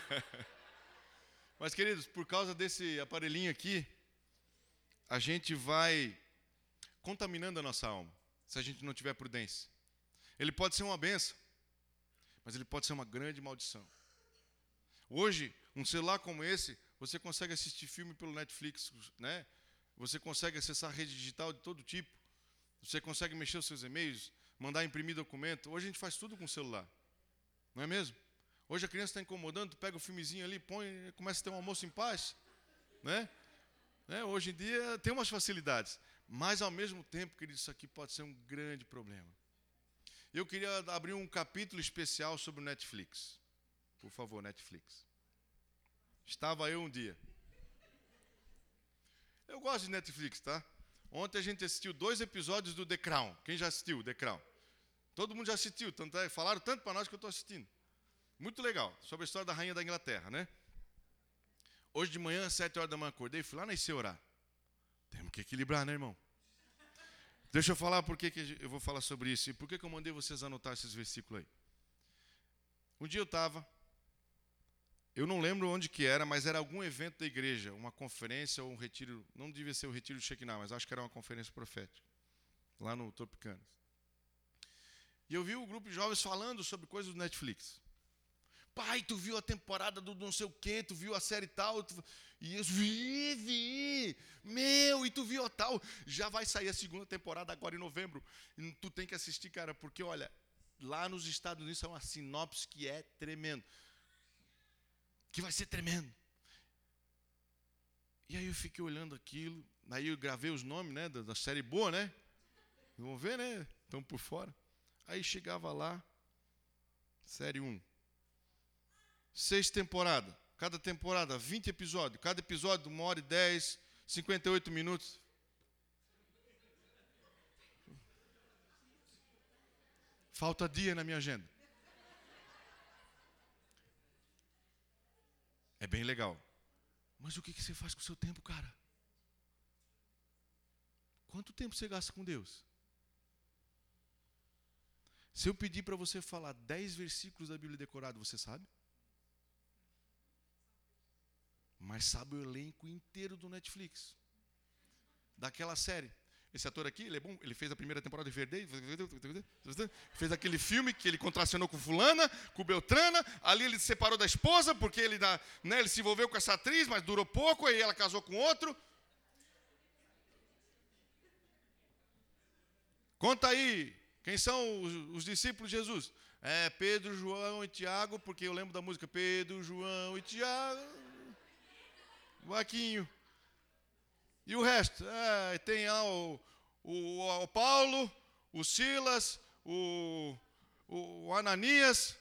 Mas, queridos, por causa desse aparelhinho aqui, a gente vai contaminando a nossa alma, se a gente não tiver prudência. Ele pode ser uma bênção, mas ele pode ser uma grande maldição. Hoje, um celular como esse, você consegue assistir filme pelo Netflix, né? Você consegue acessar rede digital de todo tipo. Você consegue mexer os seus e-mails, mandar imprimir documento. Hoje a gente faz tudo com o celular, não é mesmo? Hoje a criança está incomodando, tu pega o filmezinho ali, põe, começa a ter um almoço em paz. Né? Né? Hoje em dia tem umas facilidades. Mas, ao mesmo tempo, querido, isso aqui pode ser um grande problema. Eu queria abrir um capítulo especial sobre o Netflix. Por favor, Netflix. Estava eu um dia. Eu gosto de Netflix, tá? Ontem a gente assistiu dois episódios do The Crown. Quem já assistiu The Crown? Todo mundo já assistiu. Tanto é, falaram tanto para nós que eu estou assistindo. Muito legal. Sobre a história da rainha da Inglaterra, né? Hoje de manhã, às sete horas da manhã, acordei e fui lá na I C orar. Temos que equilibrar, né, irmão? Deixa eu falar por que eu vou falar sobre isso. E por que eu mandei vocês anotar esses versículos aí. Um dia eu estava... Eu não lembro onde que era, mas era algum evento da igreja, uma conferência ou um retiro, não devia ser o retiro de Shekinah, mas acho que era uma conferência profética, lá no Tropicanas. E eu vi o grupo de jovens falando sobre coisas do Netflix. Pai, tu viu a temporada do não sei o quê, tu viu a série tal, tu... e eu vi, vi, meu, e tu viu a tal, já vai sair a segunda temporada agora em novembro, e tu tem que assistir, cara, porque olha, lá nos Estados Unidos é uma sinopse que é tremendo. Que vai ser tremendo. E aí eu fiquei olhando aquilo, aí eu gravei os nomes, né, da, da série boa, né? Vamos ver, né? Estão por fora. Aí chegava lá, série um. Seis temporadas. Cada temporada, vinte episódios. Cada episódio, uma hora e dez, cinquenta e oito minutos. Falta dia na minha agenda. É bem legal. Mas o que você faz com o seu tempo, cara? Quanto tempo você gasta com Deus? Se eu pedir para você falar dez versículos da Bíblia decorados, você sabe? Mas sabe o elenco inteiro do Netflix. Daquela série. Esse ator aqui, ele é bom, ele fez a primeira temporada de Verdade, fez aquele filme que ele contracenou com fulana, com Beltrana, ali ele se separou da esposa, porque ele, né, ele se envolveu com essa atriz, mas durou pouco, aí ela casou com outro. Conta aí, quem são os, os discípulos de Jesus? É Pedro, João e Tiago, porque eu lembro da música Pedro, João e Tiago, Vaquinho. E o resto? É, tem lá o, o, o Paulo, o Silas, o, o, o Ananias.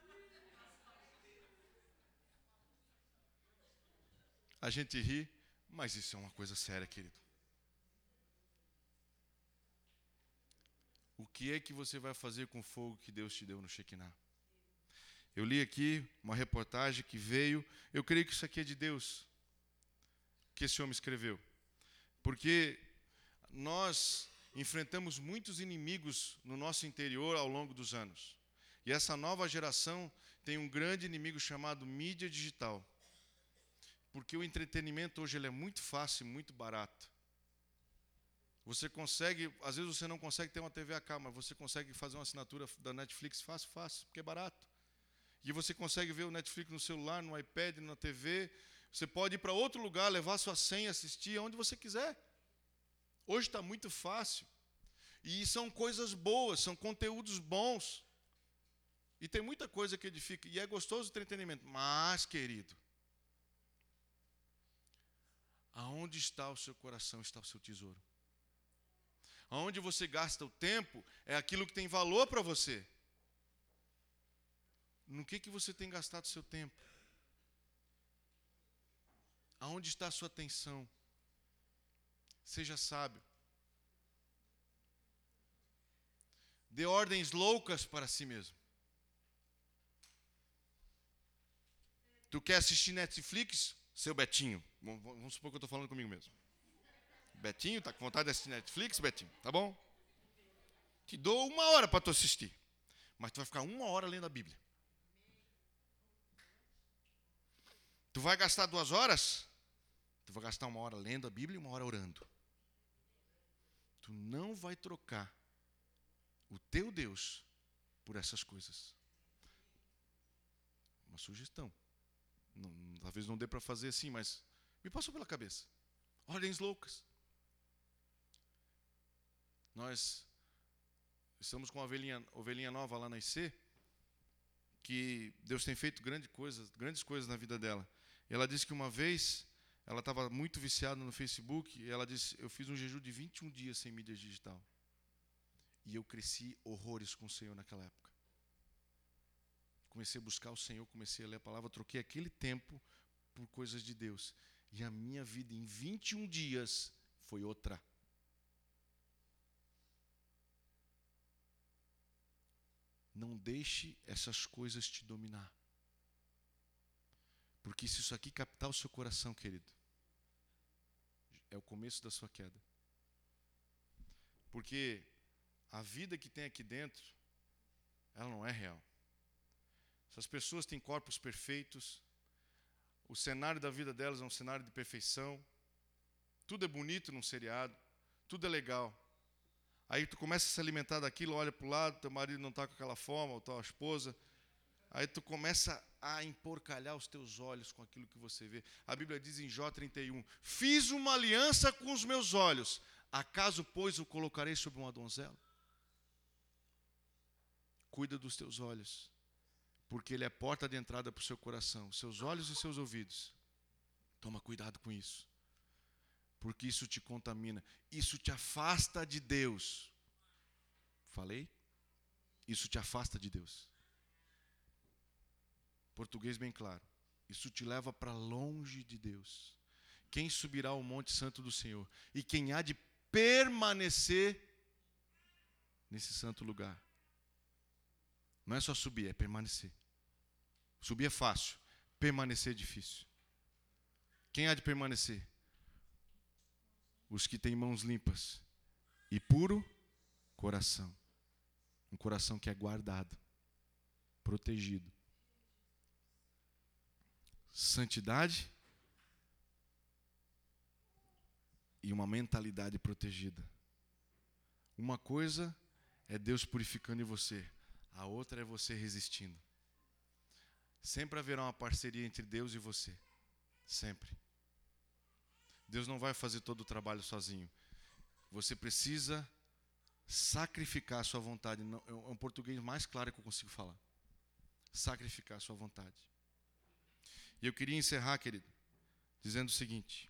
A gente ri, mas isso é uma coisa séria, querido. O que é que você vai fazer com o fogo que Deus te deu no Shekinah? Eu li aqui uma reportagem que veio, eu creio que isso aqui é de Deus, que esse homem escreveu. Porque nós enfrentamos muitos inimigos no nosso interior ao longo dos anos. E essa nova geração tem um grande inimigo chamado mídia digital. Porque o entretenimento hoje ele é muito fácil e muito barato. Você consegue, às vezes você não consegue ter uma T V a cabo, mas você consegue fazer uma assinatura da Netflix fácil, fácil, porque é barato. E você consegue ver o Netflix no celular, no iPad, na T V. Você pode ir para outro lugar, levar sua senha, assistir onde você quiser. Hoje está muito fácil. E são coisas boas, são conteúdos bons. E tem muita coisa que edifica. E é gostoso o entretenimento. Mas, querido, aonde está o seu coração, está o seu tesouro. Aonde você gasta o tempo é aquilo que tem valor para você. No que, que você tem gastado o seu tempo? Aonde está a sua atenção? Seja sábio. Dê ordens loucas para si mesmo. Tu quer assistir Netflix? Seu Betinho. Vamos supor que eu estou falando comigo mesmo. Betinho, tá com vontade de assistir Netflix, Betinho? Tá bom? Te dou uma hora para tu assistir. Mas tu vai ficar uma hora lendo a Bíblia. Tu vai gastar duas horas? Tu vai gastar uma hora lendo a Bíblia e uma hora orando. Tu não vai trocar o teu Deus por essas coisas. Uma sugestão. Não, talvez não dê para fazer assim, mas me passou pela cabeça. Ordens loucas. Nós estamos com uma ovelhinha, ovelhinha nova lá na I C. que Deus tem feito grande coisas, grandes coisas na vida dela. E ela disse que uma vez ela estava muito viciada no Facebook e ela disse, eu fiz um jejum de vinte e um dias sem mídia digital. E eu cresci horrores com o Senhor naquela época. Comecei a buscar o Senhor, comecei a ler a palavra, troquei aquele tempo por coisas de Deus. E a minha vida em vinte e um dias foi outra. Não deixe essas coisas te dominar. Porque se isso aqui captar o seu coração, querido, é o começo da sua queda. Porque a vida que tem aqui dentro, ela não é real. Essas pessoas têm corpos perfeitos, o cenário da vida delas é um cenário de perfeição, tudo é bonito num seriado, tudo é legal. Aí tu começa a se alimentar daquilo, olha para o lado, teu marido não está com aquela fome, ou tua esposa. Aí tu começa a emporcalhar os teus olhos com aquilo que você vê. A Bíblia diz em Jó trinta e um, fiz uma aliança com os meus olhos, acaso, pois, o colocarei sobre uma donzela? Cuida dos teus olhos, porque ele é porta de entrada para o seu coração, seus olhos e seus ouvidos. Toma cuidado com isso, porque isso te contamina, isso te afasta de Deus. Falei? Isso te afasta de Deus. Português bem claro. Isso te leva para longe de Deus. Quem subirá ao monte santo do Senhor? E quem há de permanecer nesse santo lugar? Não é só subir, é permanecer. Subir é fácil, permanecer é difícil. Quem há de permanecer? Os que têm mãos limpas e puro coração. Um coração que é guardado, protegido. Santidade e uma mentalidade protegida. Uma coisa é Deus purificando em você, a outra é você resistindo. Sempre haverá uma parceria entre Deus e você. Sempre. Deus não vai fazer todo o trabalho sozinho. Você precisa sacrificar a sua vontade. É um português mais claro que eu consigo falar. Sacrificar a sua vontade. E eu queria encerrar, querido, dizendo o seguinte.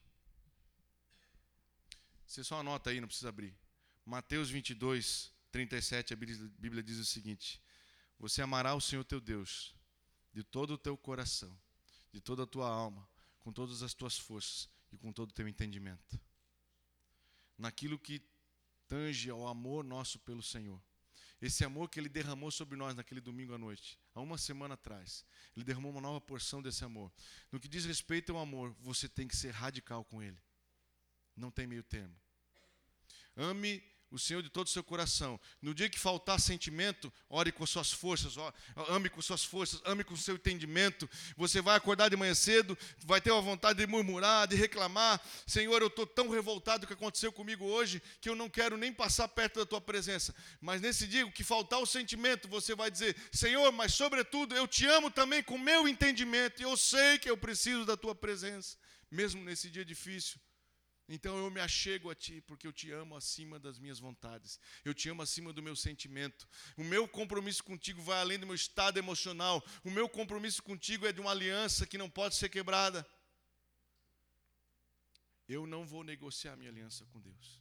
Você só anota aí, não precisa abrir. Mateus vinte e dois, trinta e sete, a Bíblia diz o seguinte. Você amará o Senhor teu Deus de todo o teu coração, de toda a tua alma, com todas as tuas forças e com todo o teu entendimento. Naquilo que tange ao amor nosso pelo Senhor. Esse amor que Ele derramou sobre nós naquele domingo à noite, há uma semana atrás. Ele derramou uma nova porção desse amor. No que diz respeito ao amor, você tem que ser radical com Ele. Não tem meio termo. Ame o Senhor de todo o seu coração. No dia que faltar sentimento, ore com suas forças, ame com suas forças, ame com o seu entendimento. Você vai acordar de manhã cedo, vai ter uma vontade de murmurar, de reclamar. Senhor, eu estou tão revoltado com o que aconteceu comigo hoje, que eu não quero nem passar perto da tua presença. Mas nesse dia, o que faltar o sentimento, você vai dizer, Senhor, mas sobretudo, eu te amo também com o meu entendimento, e eu sei que eu preciso da tua presença, mesmo nesse dia difícil. Então eu me achego a Ti, porque eu Te amo acima das minhas vontades. Eu Te amo acima do meu sentimento. O meu compromisso contigo vai além do meu estado emocional. O meu compromisso contigo é de uma aliança que não pode ser quebrada. Eu não vou negociar minha aliança com Deus.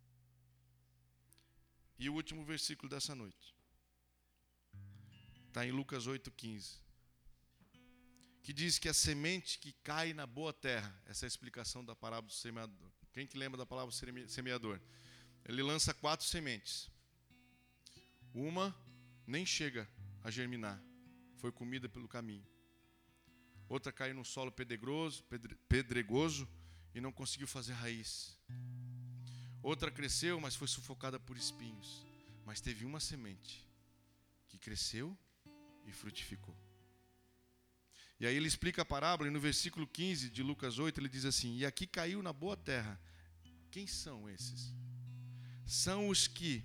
E o último versículo dessa noite. Está em Lucas oito, quinze. Que diz que a semente que cai na boa terra, essa é a explicação da parábola do semeador. Quem que lembra da palavra semeador? Ele lança quatro sementes. Uma nem chega a germinar, foi comida pelo caminho. Outra caiu no solo pedregoso, pedregoso e não conseguiu fazer raiz. Outra cresceu, mas foi sufocada por espinhos. Mas teve uma semente que cresceu e frutificou. E aí ele explica a parábola, e no versículo quinze de Lucas oito, ele diz assim, e aqui caiu na boa terra. Quem são esses? São os que,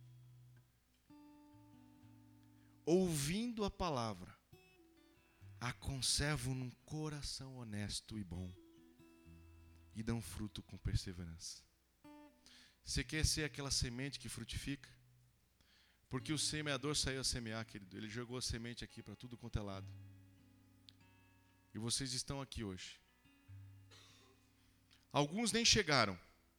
ouvindo a palavra, a conservam num coração honesto e bom, e dão fruto com perseverança. Você quer ser aquela semente que frutifica? Porque o semeador saiu a semear, querido. Ele jogou a semente aqui para tudo quanto é lado. E vocês estão aqui hoje. Alguns nem chegaram.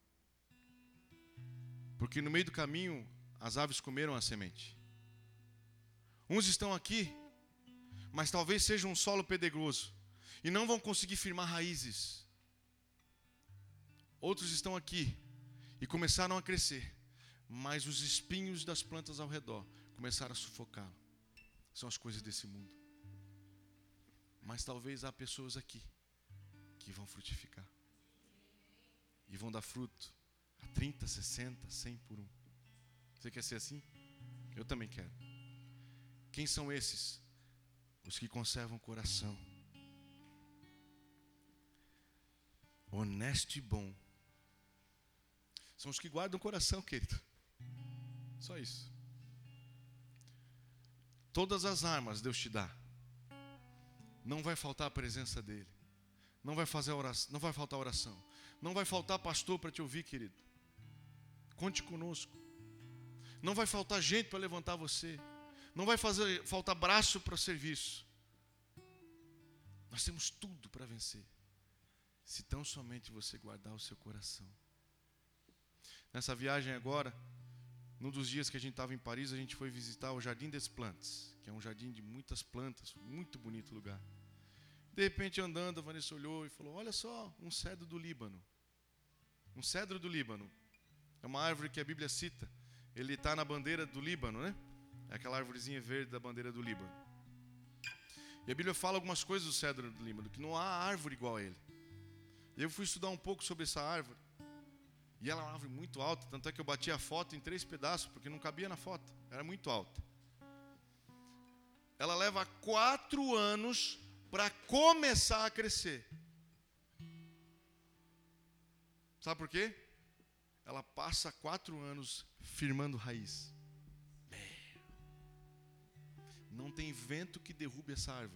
Porque no meio do caminho, as aves comeram a semente. Uns estão aqui, mas talvez seja um solo pedregoso. E não vão conseguir firmar raízes. Outros estão aqui e começaram a crescer. Mas os espinhos das plantas ao redor começaram a sufocá-lo. São as coisas desse mundo. Mas talvez há pessoas aqui que vão frutificar. E vão dar fruto a trinta, sessenta, cem por um. Você quer ser assim? Eu também quero. Quem são esses? Os que conservam o coração. Honesto e bom. São os que guardam o coração, querido. Só isso. Todas as armas Deus te dá. Não vai faltar a presença dEle. Não vai fazer oração, não vai faltar oração. Não vai faltar pastor para te ouvir, querido. Conte conosco. Não vai faltar gente para levantar você. Não vai fazer, faltar braço para serviço. Nós temos tudo para vencer. Se tão somente você guardar o seu coração. Nessa viagem agora, num dos dias que a gente estava em Paris, a gente foi visitar o Jardim des Plantes, que é um jardim de muitas plantas, muito bonito lugar. De repente, andando, a Vanessa olhou e falou, olha só, um cedro do Líbano. Um cedro do Líbano. É uma árvore que a Bíblia cita. Ele está na bandeira do Líbano, né? É aquela árvorezinha verde da bandeira do Líbano. E a Bíblia fala algumas coisas do cedro do Líbano, que não há árvore igual a ele. E eu fui estudar um pouco sobre essa árvore. E ela é uma árvore muito alta, tanto é que eu bati a foto em três pedaços, porque não cabia na foto. Era muito alta. Ela leva quatro anos para começar a crescer. Sabe por quê? Ela passa quatro anos firmando raiz. Não tem vento que derrube essa árvore.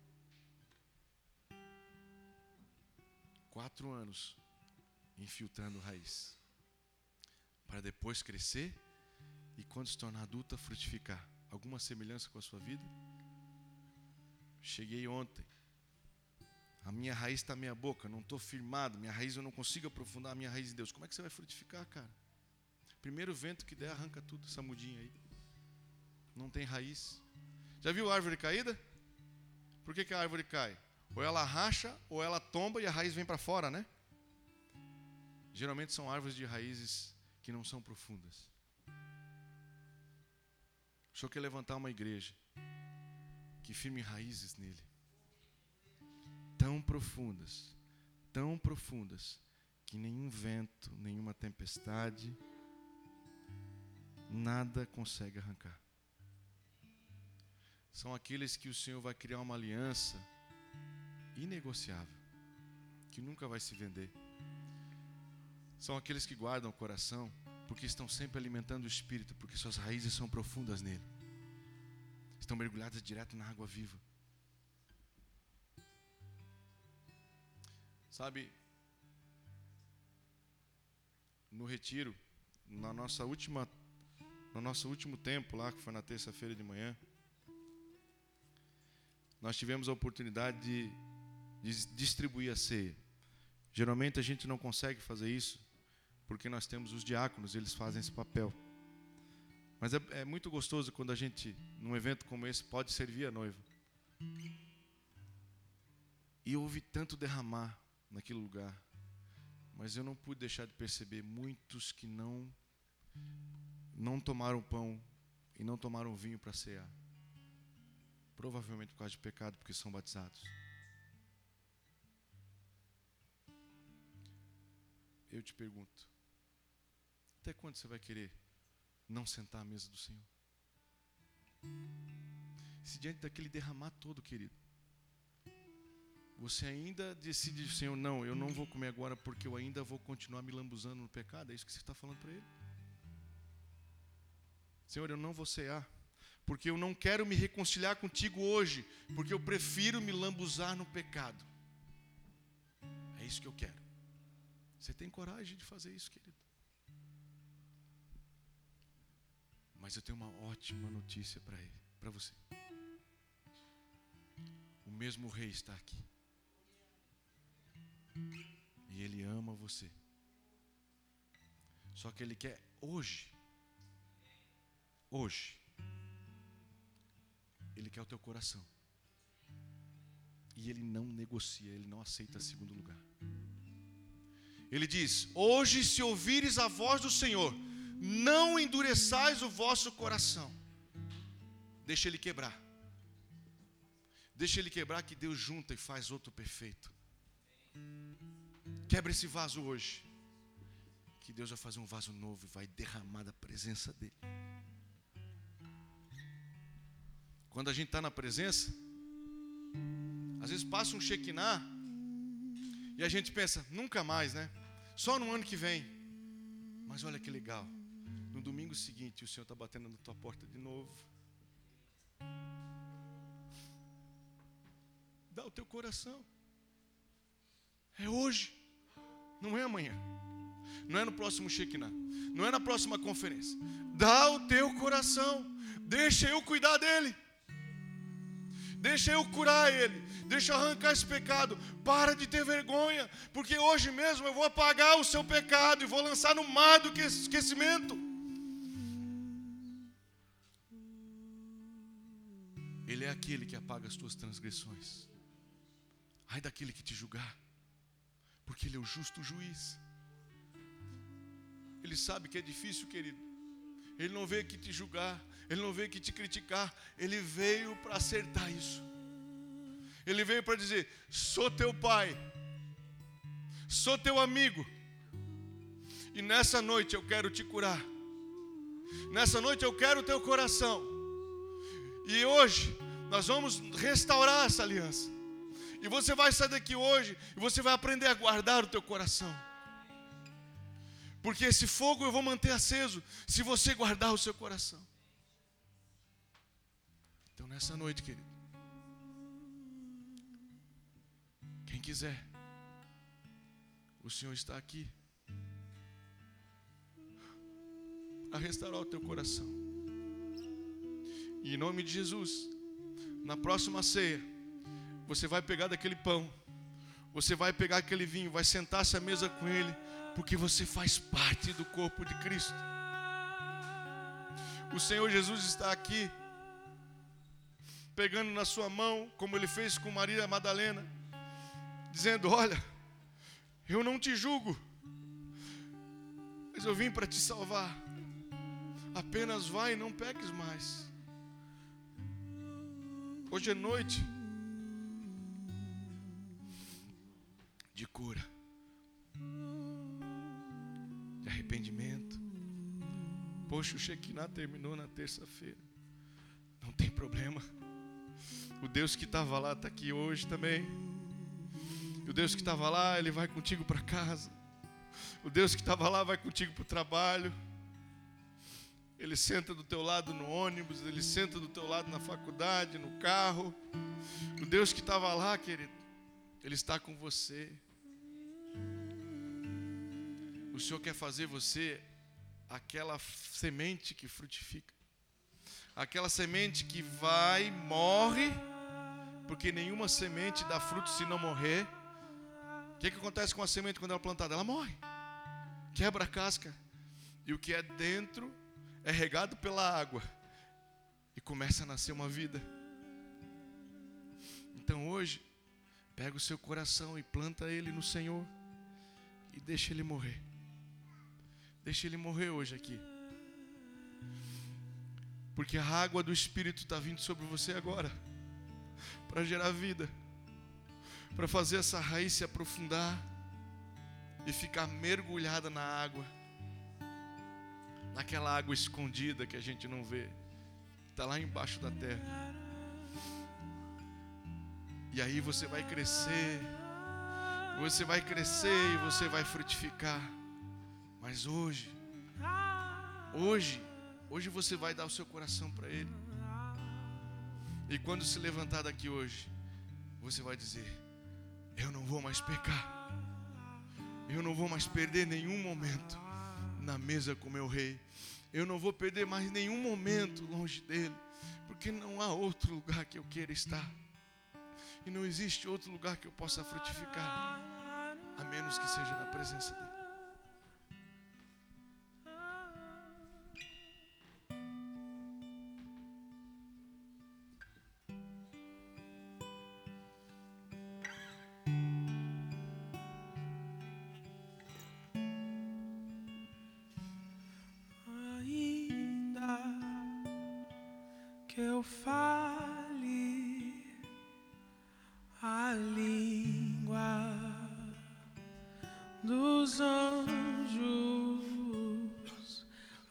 Quatro anos infiltrando raiz. Para depois crescer e quando se tornar adulta, frutificar. Alguma semelhança com a sua vida? Cheguei ontem. A minha raiz está na minha boca, não estou firmado. Minha raiz, eu não consigo aprofundar a minha raiz em Deus. Como é que você vai frutificar, cara? Primeiro vento que der, arranca tudo, essa mudinha aí. Não tem raiz. Já viu a árvore caída? Por que que a árvore cai? Ou ela racha, ou ela tomba e a raiz vem para fora, né? Geralmente são árvores de raízes que não são profundas. O Senhor quer levantar uma igreja que firme raízes nele. Tão profundas, tão profundas, que nenhum vento, nenhuma tempestade, nada consegue arrancar. São aqueles que o Senhor vai criar uma aliança inegociável, que nunca vai se vender. São aqueles que guardam o coração, porque estão sempre alimentando o Espírito, porque suas raízes são profundas nele. Estão mergulhadas direto na água viva. Sabe, no retiro, na nossa última, no nosso último tempo lá, que foi na terça-feira de manhã, nós tivemos a oportunidade de, de distribuir a ceia. Geralmente a gente não consegue fazer isso, porque nós temos os diáconos, eles fazem esse papel. Mas é, é muito gostoso quando a gente, num evento como esse, pode servir a noiva. E houve tanto derramar naquele lugar, mas eu não pude deixar de perceber muitos que não, não tomaram pão e não tomaram vinho para cear. Provavelmente por causa de pecado, porque são batizados. Eu te pergunto, até quando você vai querer não sentar à mesa do Senhor? Se diante daquele derramar todo, querido, você ainda decide, Senhor, não, eu não vou comer agora porque eu ainda vou continuar me lambuzando no pecado, é isso que você está falando para Ele? Senhor, eu não vou cear, porque eu não quero me reconciliar contigo hoje, porque eu prefiro me lambuzar no pecado. É isso que eu quero. Você tem coragem de fazer isso, querido? Mas eu tenho uma ótima notícia para ele, para você. O mesmo rei está aqui. E ele ama você. Só que ele quer hoje. Hoje. Ele quer o teu coração. E ele não negocia, ele não aceita segundo lugar. Ele diz: hoje, se ouvires a voz do Senhor, não endureçais o vosso coração. Deixa ele quebrar. Deixa ele quebrar, que Deus junta e faz outro perfeito. Quebra esse vaso hoje, que Deus vai fazer um vaso novo e vai derramar da presença dele. Quando a gente está na presença, às vezes passa um Shekinah e a gente pensa, nunca mais, né? Só no ano que vem. Mas olha que legal, no domingo seguinte o Senhor está batendo na tua porta de novo. Dá o teu coração. É hoje, não é amanhã, não é no próximo Shekinah, não é na próxima conferência. Dá o teu coração. Deixa eu cuidar dele. Deixa eu curar ele. Deixa eu arrancar esse pecado. Para de ter vergonha, porque hoje mesmo eu vou apagar o seu pecado e vou lançar no mar do esquecimento. Ele é aquele que apaga as tuas transgressões. Ai daquele que te julgar, porque ele é o justo juiz. Ele sabe que é difícil, querido. Ele não veio aqui te julgar, ele não veio aqui te criticar. Ele veio para acertar isso. Ele veio para dizer: sou teu pai, sou teu amigo, e nessa noite eu quero te curar. Nessa noite eu quero o teu coração. E hoje nós vamos restaurar essa aliança. E você vai sair daqui hoje e você vai aprender a guardar o teu coração. Porque esse fogo eu vou manter aceso se você guardar o seu coração. Então nessa noite, querido, quem quiser, o Senhor está aqui a restaurar o teu coração. E em nome de Jesus, na próxima ceia, você vai pegar daquele pão, você vai pegar aquele vinho, vai sentar-se à mesa com ele, porque você faz parte do corpo de Cristo. O Senhor Jesus está aqui, pegando na sua mão, como ele fez com Maria Madalena, dizendo: olha, eu não te julgo, mas eu vim para te salvar. Apenas vai e não peques mais. Hoje é noite de cura, de arrependimento. Poxa, o Shekinah terminou na terça-feira. Não tem problema. O Deus que estava lá está aqui hoje também. E o Deus que estava lá, Ele vai contigo para casa. O Deus que estava lá vai contigo para o trabalho. Ele senta do teu lado no ônibus, Ele senta do teu lado na faculdade, no carro. O Deus que estava lá, querido, Ele está com você. O Senhor quer fazer você aquela semente que frutifica. Aquela semente que vai, morre, porque nenhuma semente dá fruto se não morrer. O que, que acontece com a semente quando ela é plantada? Ela morre, quebra a casca. E o que é dentro é regado pela água e começa a nascer uma vida. Então hoje, pega o seu coração e planta ele no Senhor e deixa ele morrer. Deixa ele morrer hoje aqui. Porque a água do Espírito está vindo sobre você agora, para gerar vida, para fazer essa raiz se aprofundar e ficar mergulhada na água, naquela água escondida que a gente não vê, está lá embaixo da terra. E aí você vai crescer, você vai crescer e você vai frutificar. Mas hoje, hoje, hoje você vai dar o seu coração para Ele. E quando se levantar daqui hoje, você vai dizer: eu não vou mais pecar, eu não vou mais perder nenhum momento na mesa com meu rei, Eu não vou perder mais nenhum momento longe dele, porque não há outro lugar que eu queira estar. E não existe outro lugar que eu possa frutificar, a menos que seja na presença dele. Que eu fale a língua dos anjos,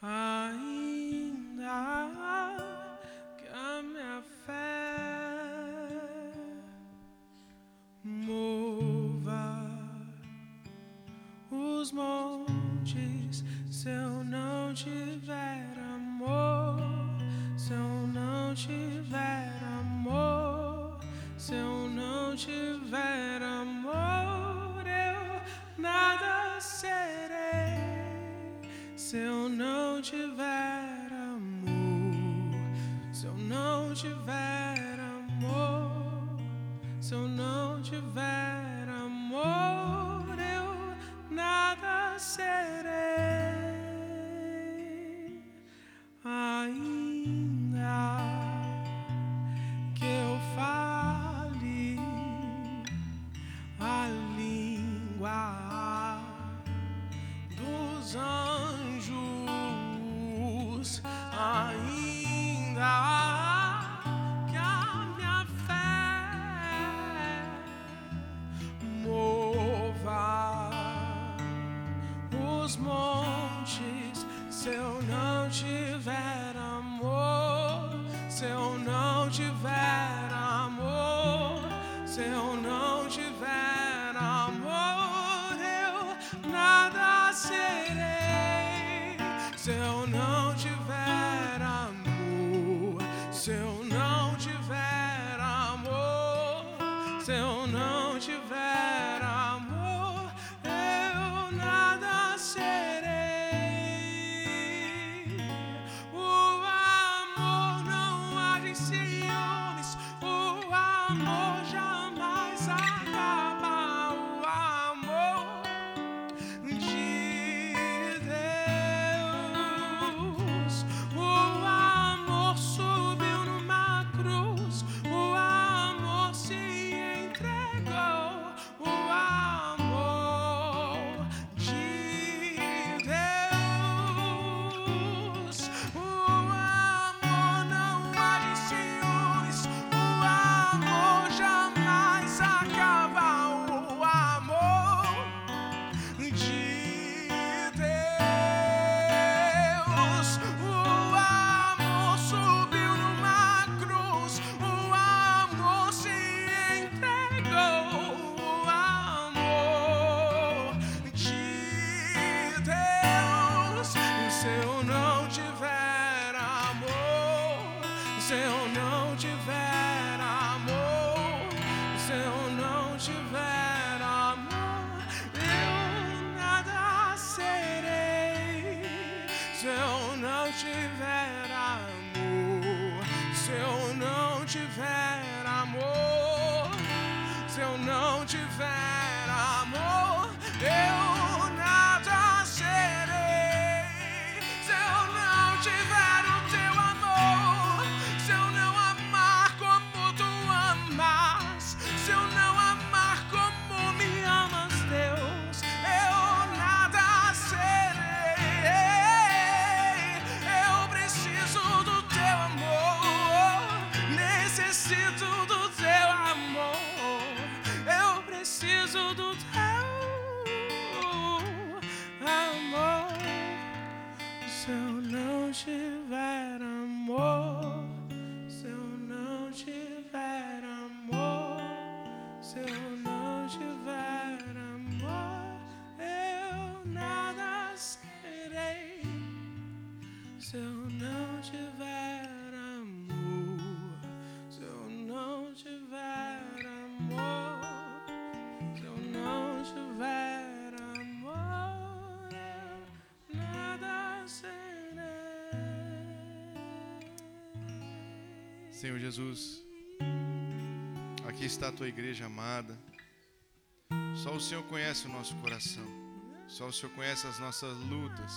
ainda que a minha fé mova os montes, se eu não tiver amor, se eu não tiver amor, se eu não tiver amor, eu nada serei. Se eu não tiver amor, se eu não tiver amor, se eu não tiver amor, eu nada serei. Ainda que eu fale a língua dos anjos, ainda que a minha fé mova os montes, se eu não tiver amor, se eu não tiver amor, se eu não tiver amor, eu nada serei. Se eu não tiver amor, se eu não tiver amor, se eu não tiver amor, eu nada serei. O amor não age em ciúmes, o amor jamais acaba. O amor de Deus, o amor subiu numa cruz, o amor se entregou. O amor de Deus, o amor não age em ciúmes, o amor jamais acaba. O amor de Deus, o amor subiu numa cruz, o amor se entregou. O amor de Deus, se eu não tiver amor, se eu não tiver amor, se eu não tiver amor, eu nada serei. Se eu não tiver amor, se eu não tiver amor, se eu não tiver amor, eu nada serei. Se eu não tiver o teu amor, se eu não amar como tu amas, se eu não amar como me amas, Deus, eu nada serei. Eu preciso do teu amor, necessito do teu amor. Eu preciso Senhor Jesus, aqui está a tua igreja amada. Só o Senhor conhece o nosso coração. Só o Senhor conhece as nossas lutas.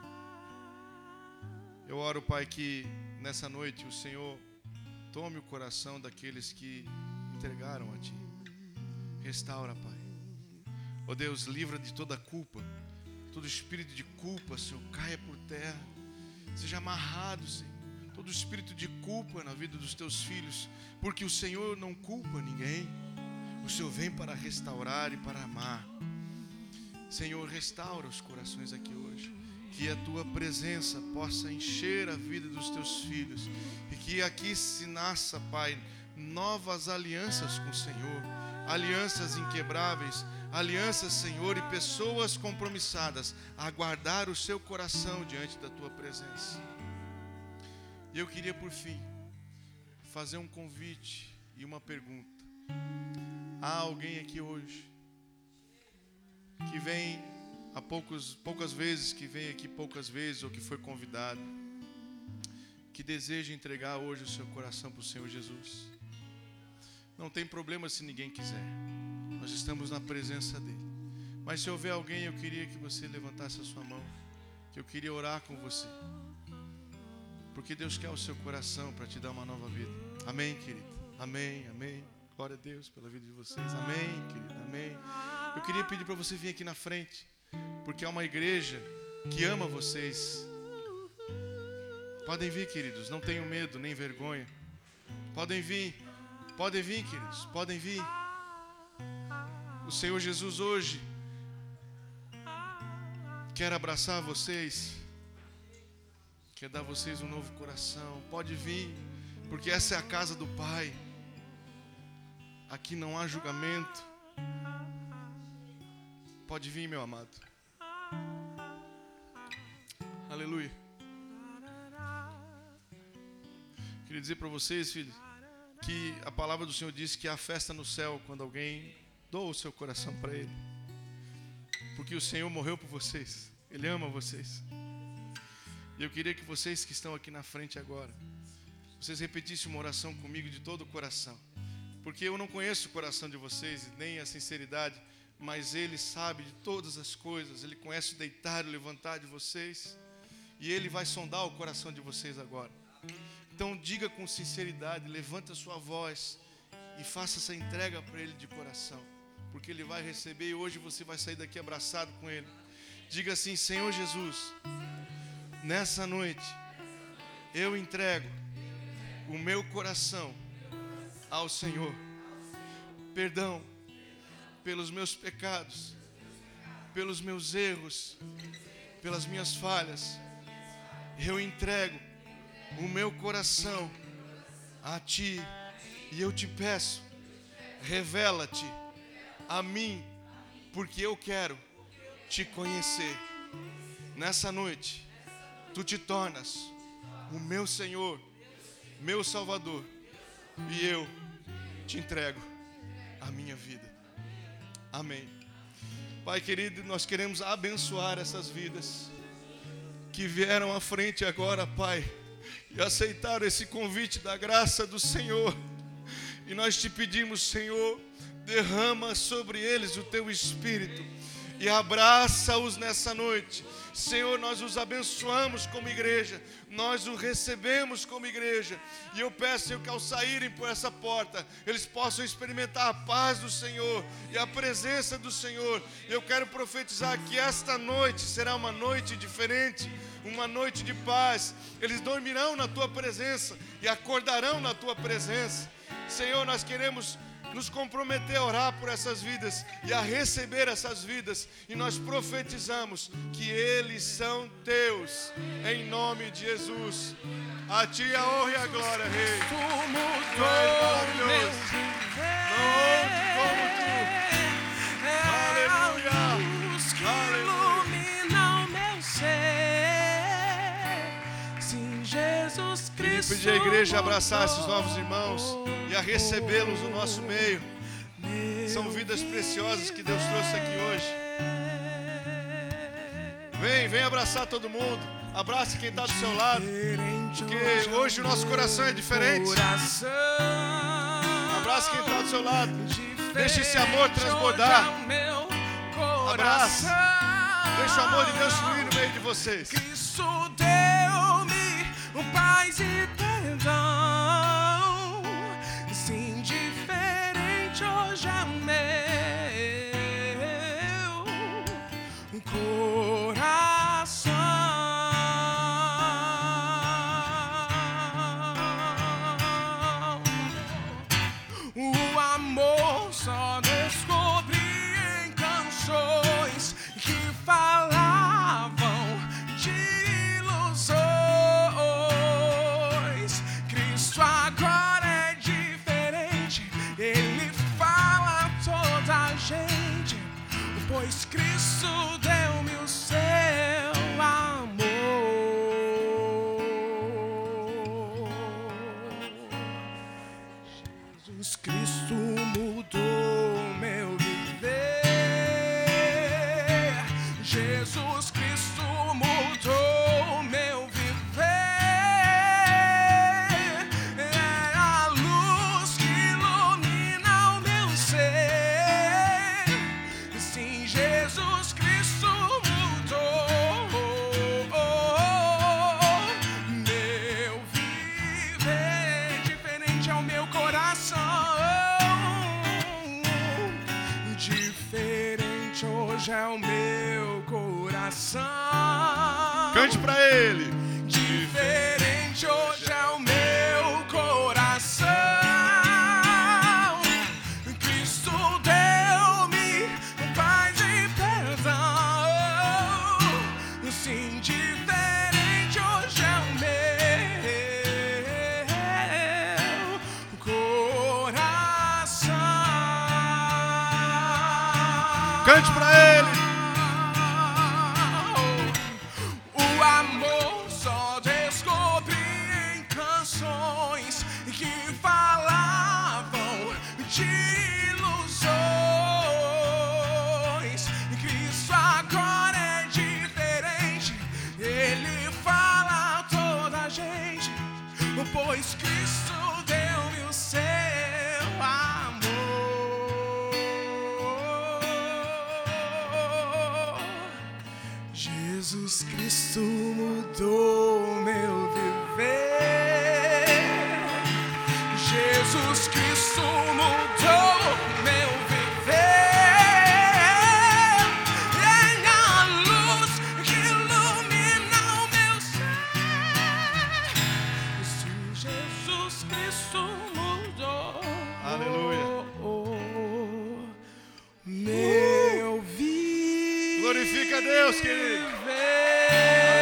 Eu oro, Pai, que nessa noite o Senhor tome o coração daqueles que entregaram a Ti. Restaura, Pai. Ó Deus, livra de toda culpa. Todo espírito de culpa, Senhor, caia por terra. Seja amarrado, Senhor. Todo espírito de culpa na vida dos Teus filhos. Porque o Senhor não culpa ninguém. O Senhor vem para restaurar e para amar. Senhor, restaura os corações aqui hoje. Que a Tua presença possa encher a vida dos Teus filhos. E que aqui se nasça, Pai, novas alianças com o Senhor. Alianças inquebráveis. Alianças, Senhor, e pessoas compromissadas a guardar o seu coração diante da Tua presença. E eu queria, por fim, fazer um convite e uma pergunta. Há alguém aqui hoje que vem há poucos, poucas vezes, que vem aqui poucas vezes, ou que foi convidado, que deseja entregar hoje o seu coração para o Senhor Jesus? Não tem problema se ninguém quiser. Nós estamos na presença dEle. Mas se houver alguém, eu queria que você levantasse a sua mão, que eu queria orar com você. Porque Deus quer o seu coração para te dar uma nova vida. Amém, querido? Amém, amém. Glória a Deus pela vida de vocês. Amém, querido, amém. Eu queria pedir para você vir aqui na frente, porque é uma igreja que ama vocês. Podem vir, queridos, não tenham medo nem vergonha. Podem vir, podem vir, queridos, podem vir. O Senhor Jesus hoje quer abraçar vocês, quer dar a vocês um novo coração. Pode vir, porque essa é a casa do Pai. Aqui não há julgamento. Pode vir, meu amado. Aleluia. Queria dizer para vocês, filhos, que a palavra do Senhor diz que há festa no céu quando alguém doa o seu coração para Ele. Porque o Senhor morreu por vocês. Ele ama vocês. E eu queria que vocês que estão aqui na frente agora, vocês repetissem uma oração comigo de todo o coração. Porque eu não conheço o coração de vocês, nem a sinceridade, mas Ele sabe de todas as coisas. Ele conhece o deitar e o levantar de vocês. E Ele vai sondar o coração de vocês agora. Então diga com sinceridade, levanta a sua voz e faça essa entrega para Ele de coração. Porque Ele vai receber e hoje você vai sair daqui abraçado com Ele. Diga assim: Senhor Jesus, nessa noite eu entrego o meu coração ao Senhor. Perdão pelos meus pecados, pelos meus erros, pelas minhas falhas. Eu entrego o meu coração a Ti e eu te peço, revela-te a mim, porque eu quero te conhecer. Nessa noite, Tu te tornas o meu Senhor, meu Salvador, e eu te entrego a minha vida. Amém. Pai querido, nós queremos abençoar essas vidas que vieram à frente agora, Pai, e aceitaram esse convite da graça do Senhor. E nós te pedimos, Senhor, derrama sobre eles o Teu Espírito e abraça-os nessa noite. Senhor, nós os abençoamos como igreja, nós os recebemos como igreja, e eu peço, Senhor, que ao saírem por essa porta, eles possam experimentar a paz do Senhor e a presença do Senhor. Eu quero profetizar que esta noite será uma noite diferente, uma noite de paz. Eles dormirão na Tua presença e acordarão na Tua presença. Senhor, nós queremos nos comprometer a orar por essas vidas e a receber essas vidas, e nós profetizamos que eles são Teus, em nome de Jesus. A Ti a honra e a glória, Rei. Tu mudou meu viver. É a luz que ilumina o meu ser. Sim, Jesus Cristo. Pedir à igreja a abraçar esses novos irmãos e a recebê-los no nosso meio. São vidas preciosas que Deus trouxe aqui hoje. Vem, vem abraçar todo mundo. Abrace quem está do seu lado, porque hoje o nosso coração é diferente. Abrace quem está do seu lado. Deixe esse amor transbordar. Abrace. Deixe o amor de Deus fluir no meio de vocês. Cristo deu-me paz e perdão. Sim, diferente hoje é meu coração. O amor só descobri em canções que falavam de ilusões. Cristo agora é diferente, Ele fala a toda a gente, pois Cristo deu-me o seu amor. Jesus Cristo mudou meu viver. Jesus Cristo mudou meu viver. É a luz que ilumina o meu ser. Sim, Jesus Cristo mudou meu viver. Diferente é o meu coração. Diferente hoje é o meu coração. Cante pra Ele. Diferente hoje é o meu coração. Cristo deu-me paz e perdão. Sim, diferente hoje é o meu coração. Cante pra Ele. O amor só descobri em canções que falavam de ilusões. Cristo agora é diferente, Ele fala a toda a gente, pois Cristo deu-me o seu amor. Jesus Cristo mudou meu viver. Jesus Cristo mudou meu viver. É a luz que ilumina o meu ser. Sim, Jesus Cristo mudou. Aleluia. Meu viver. Glorifica a Deus, querido.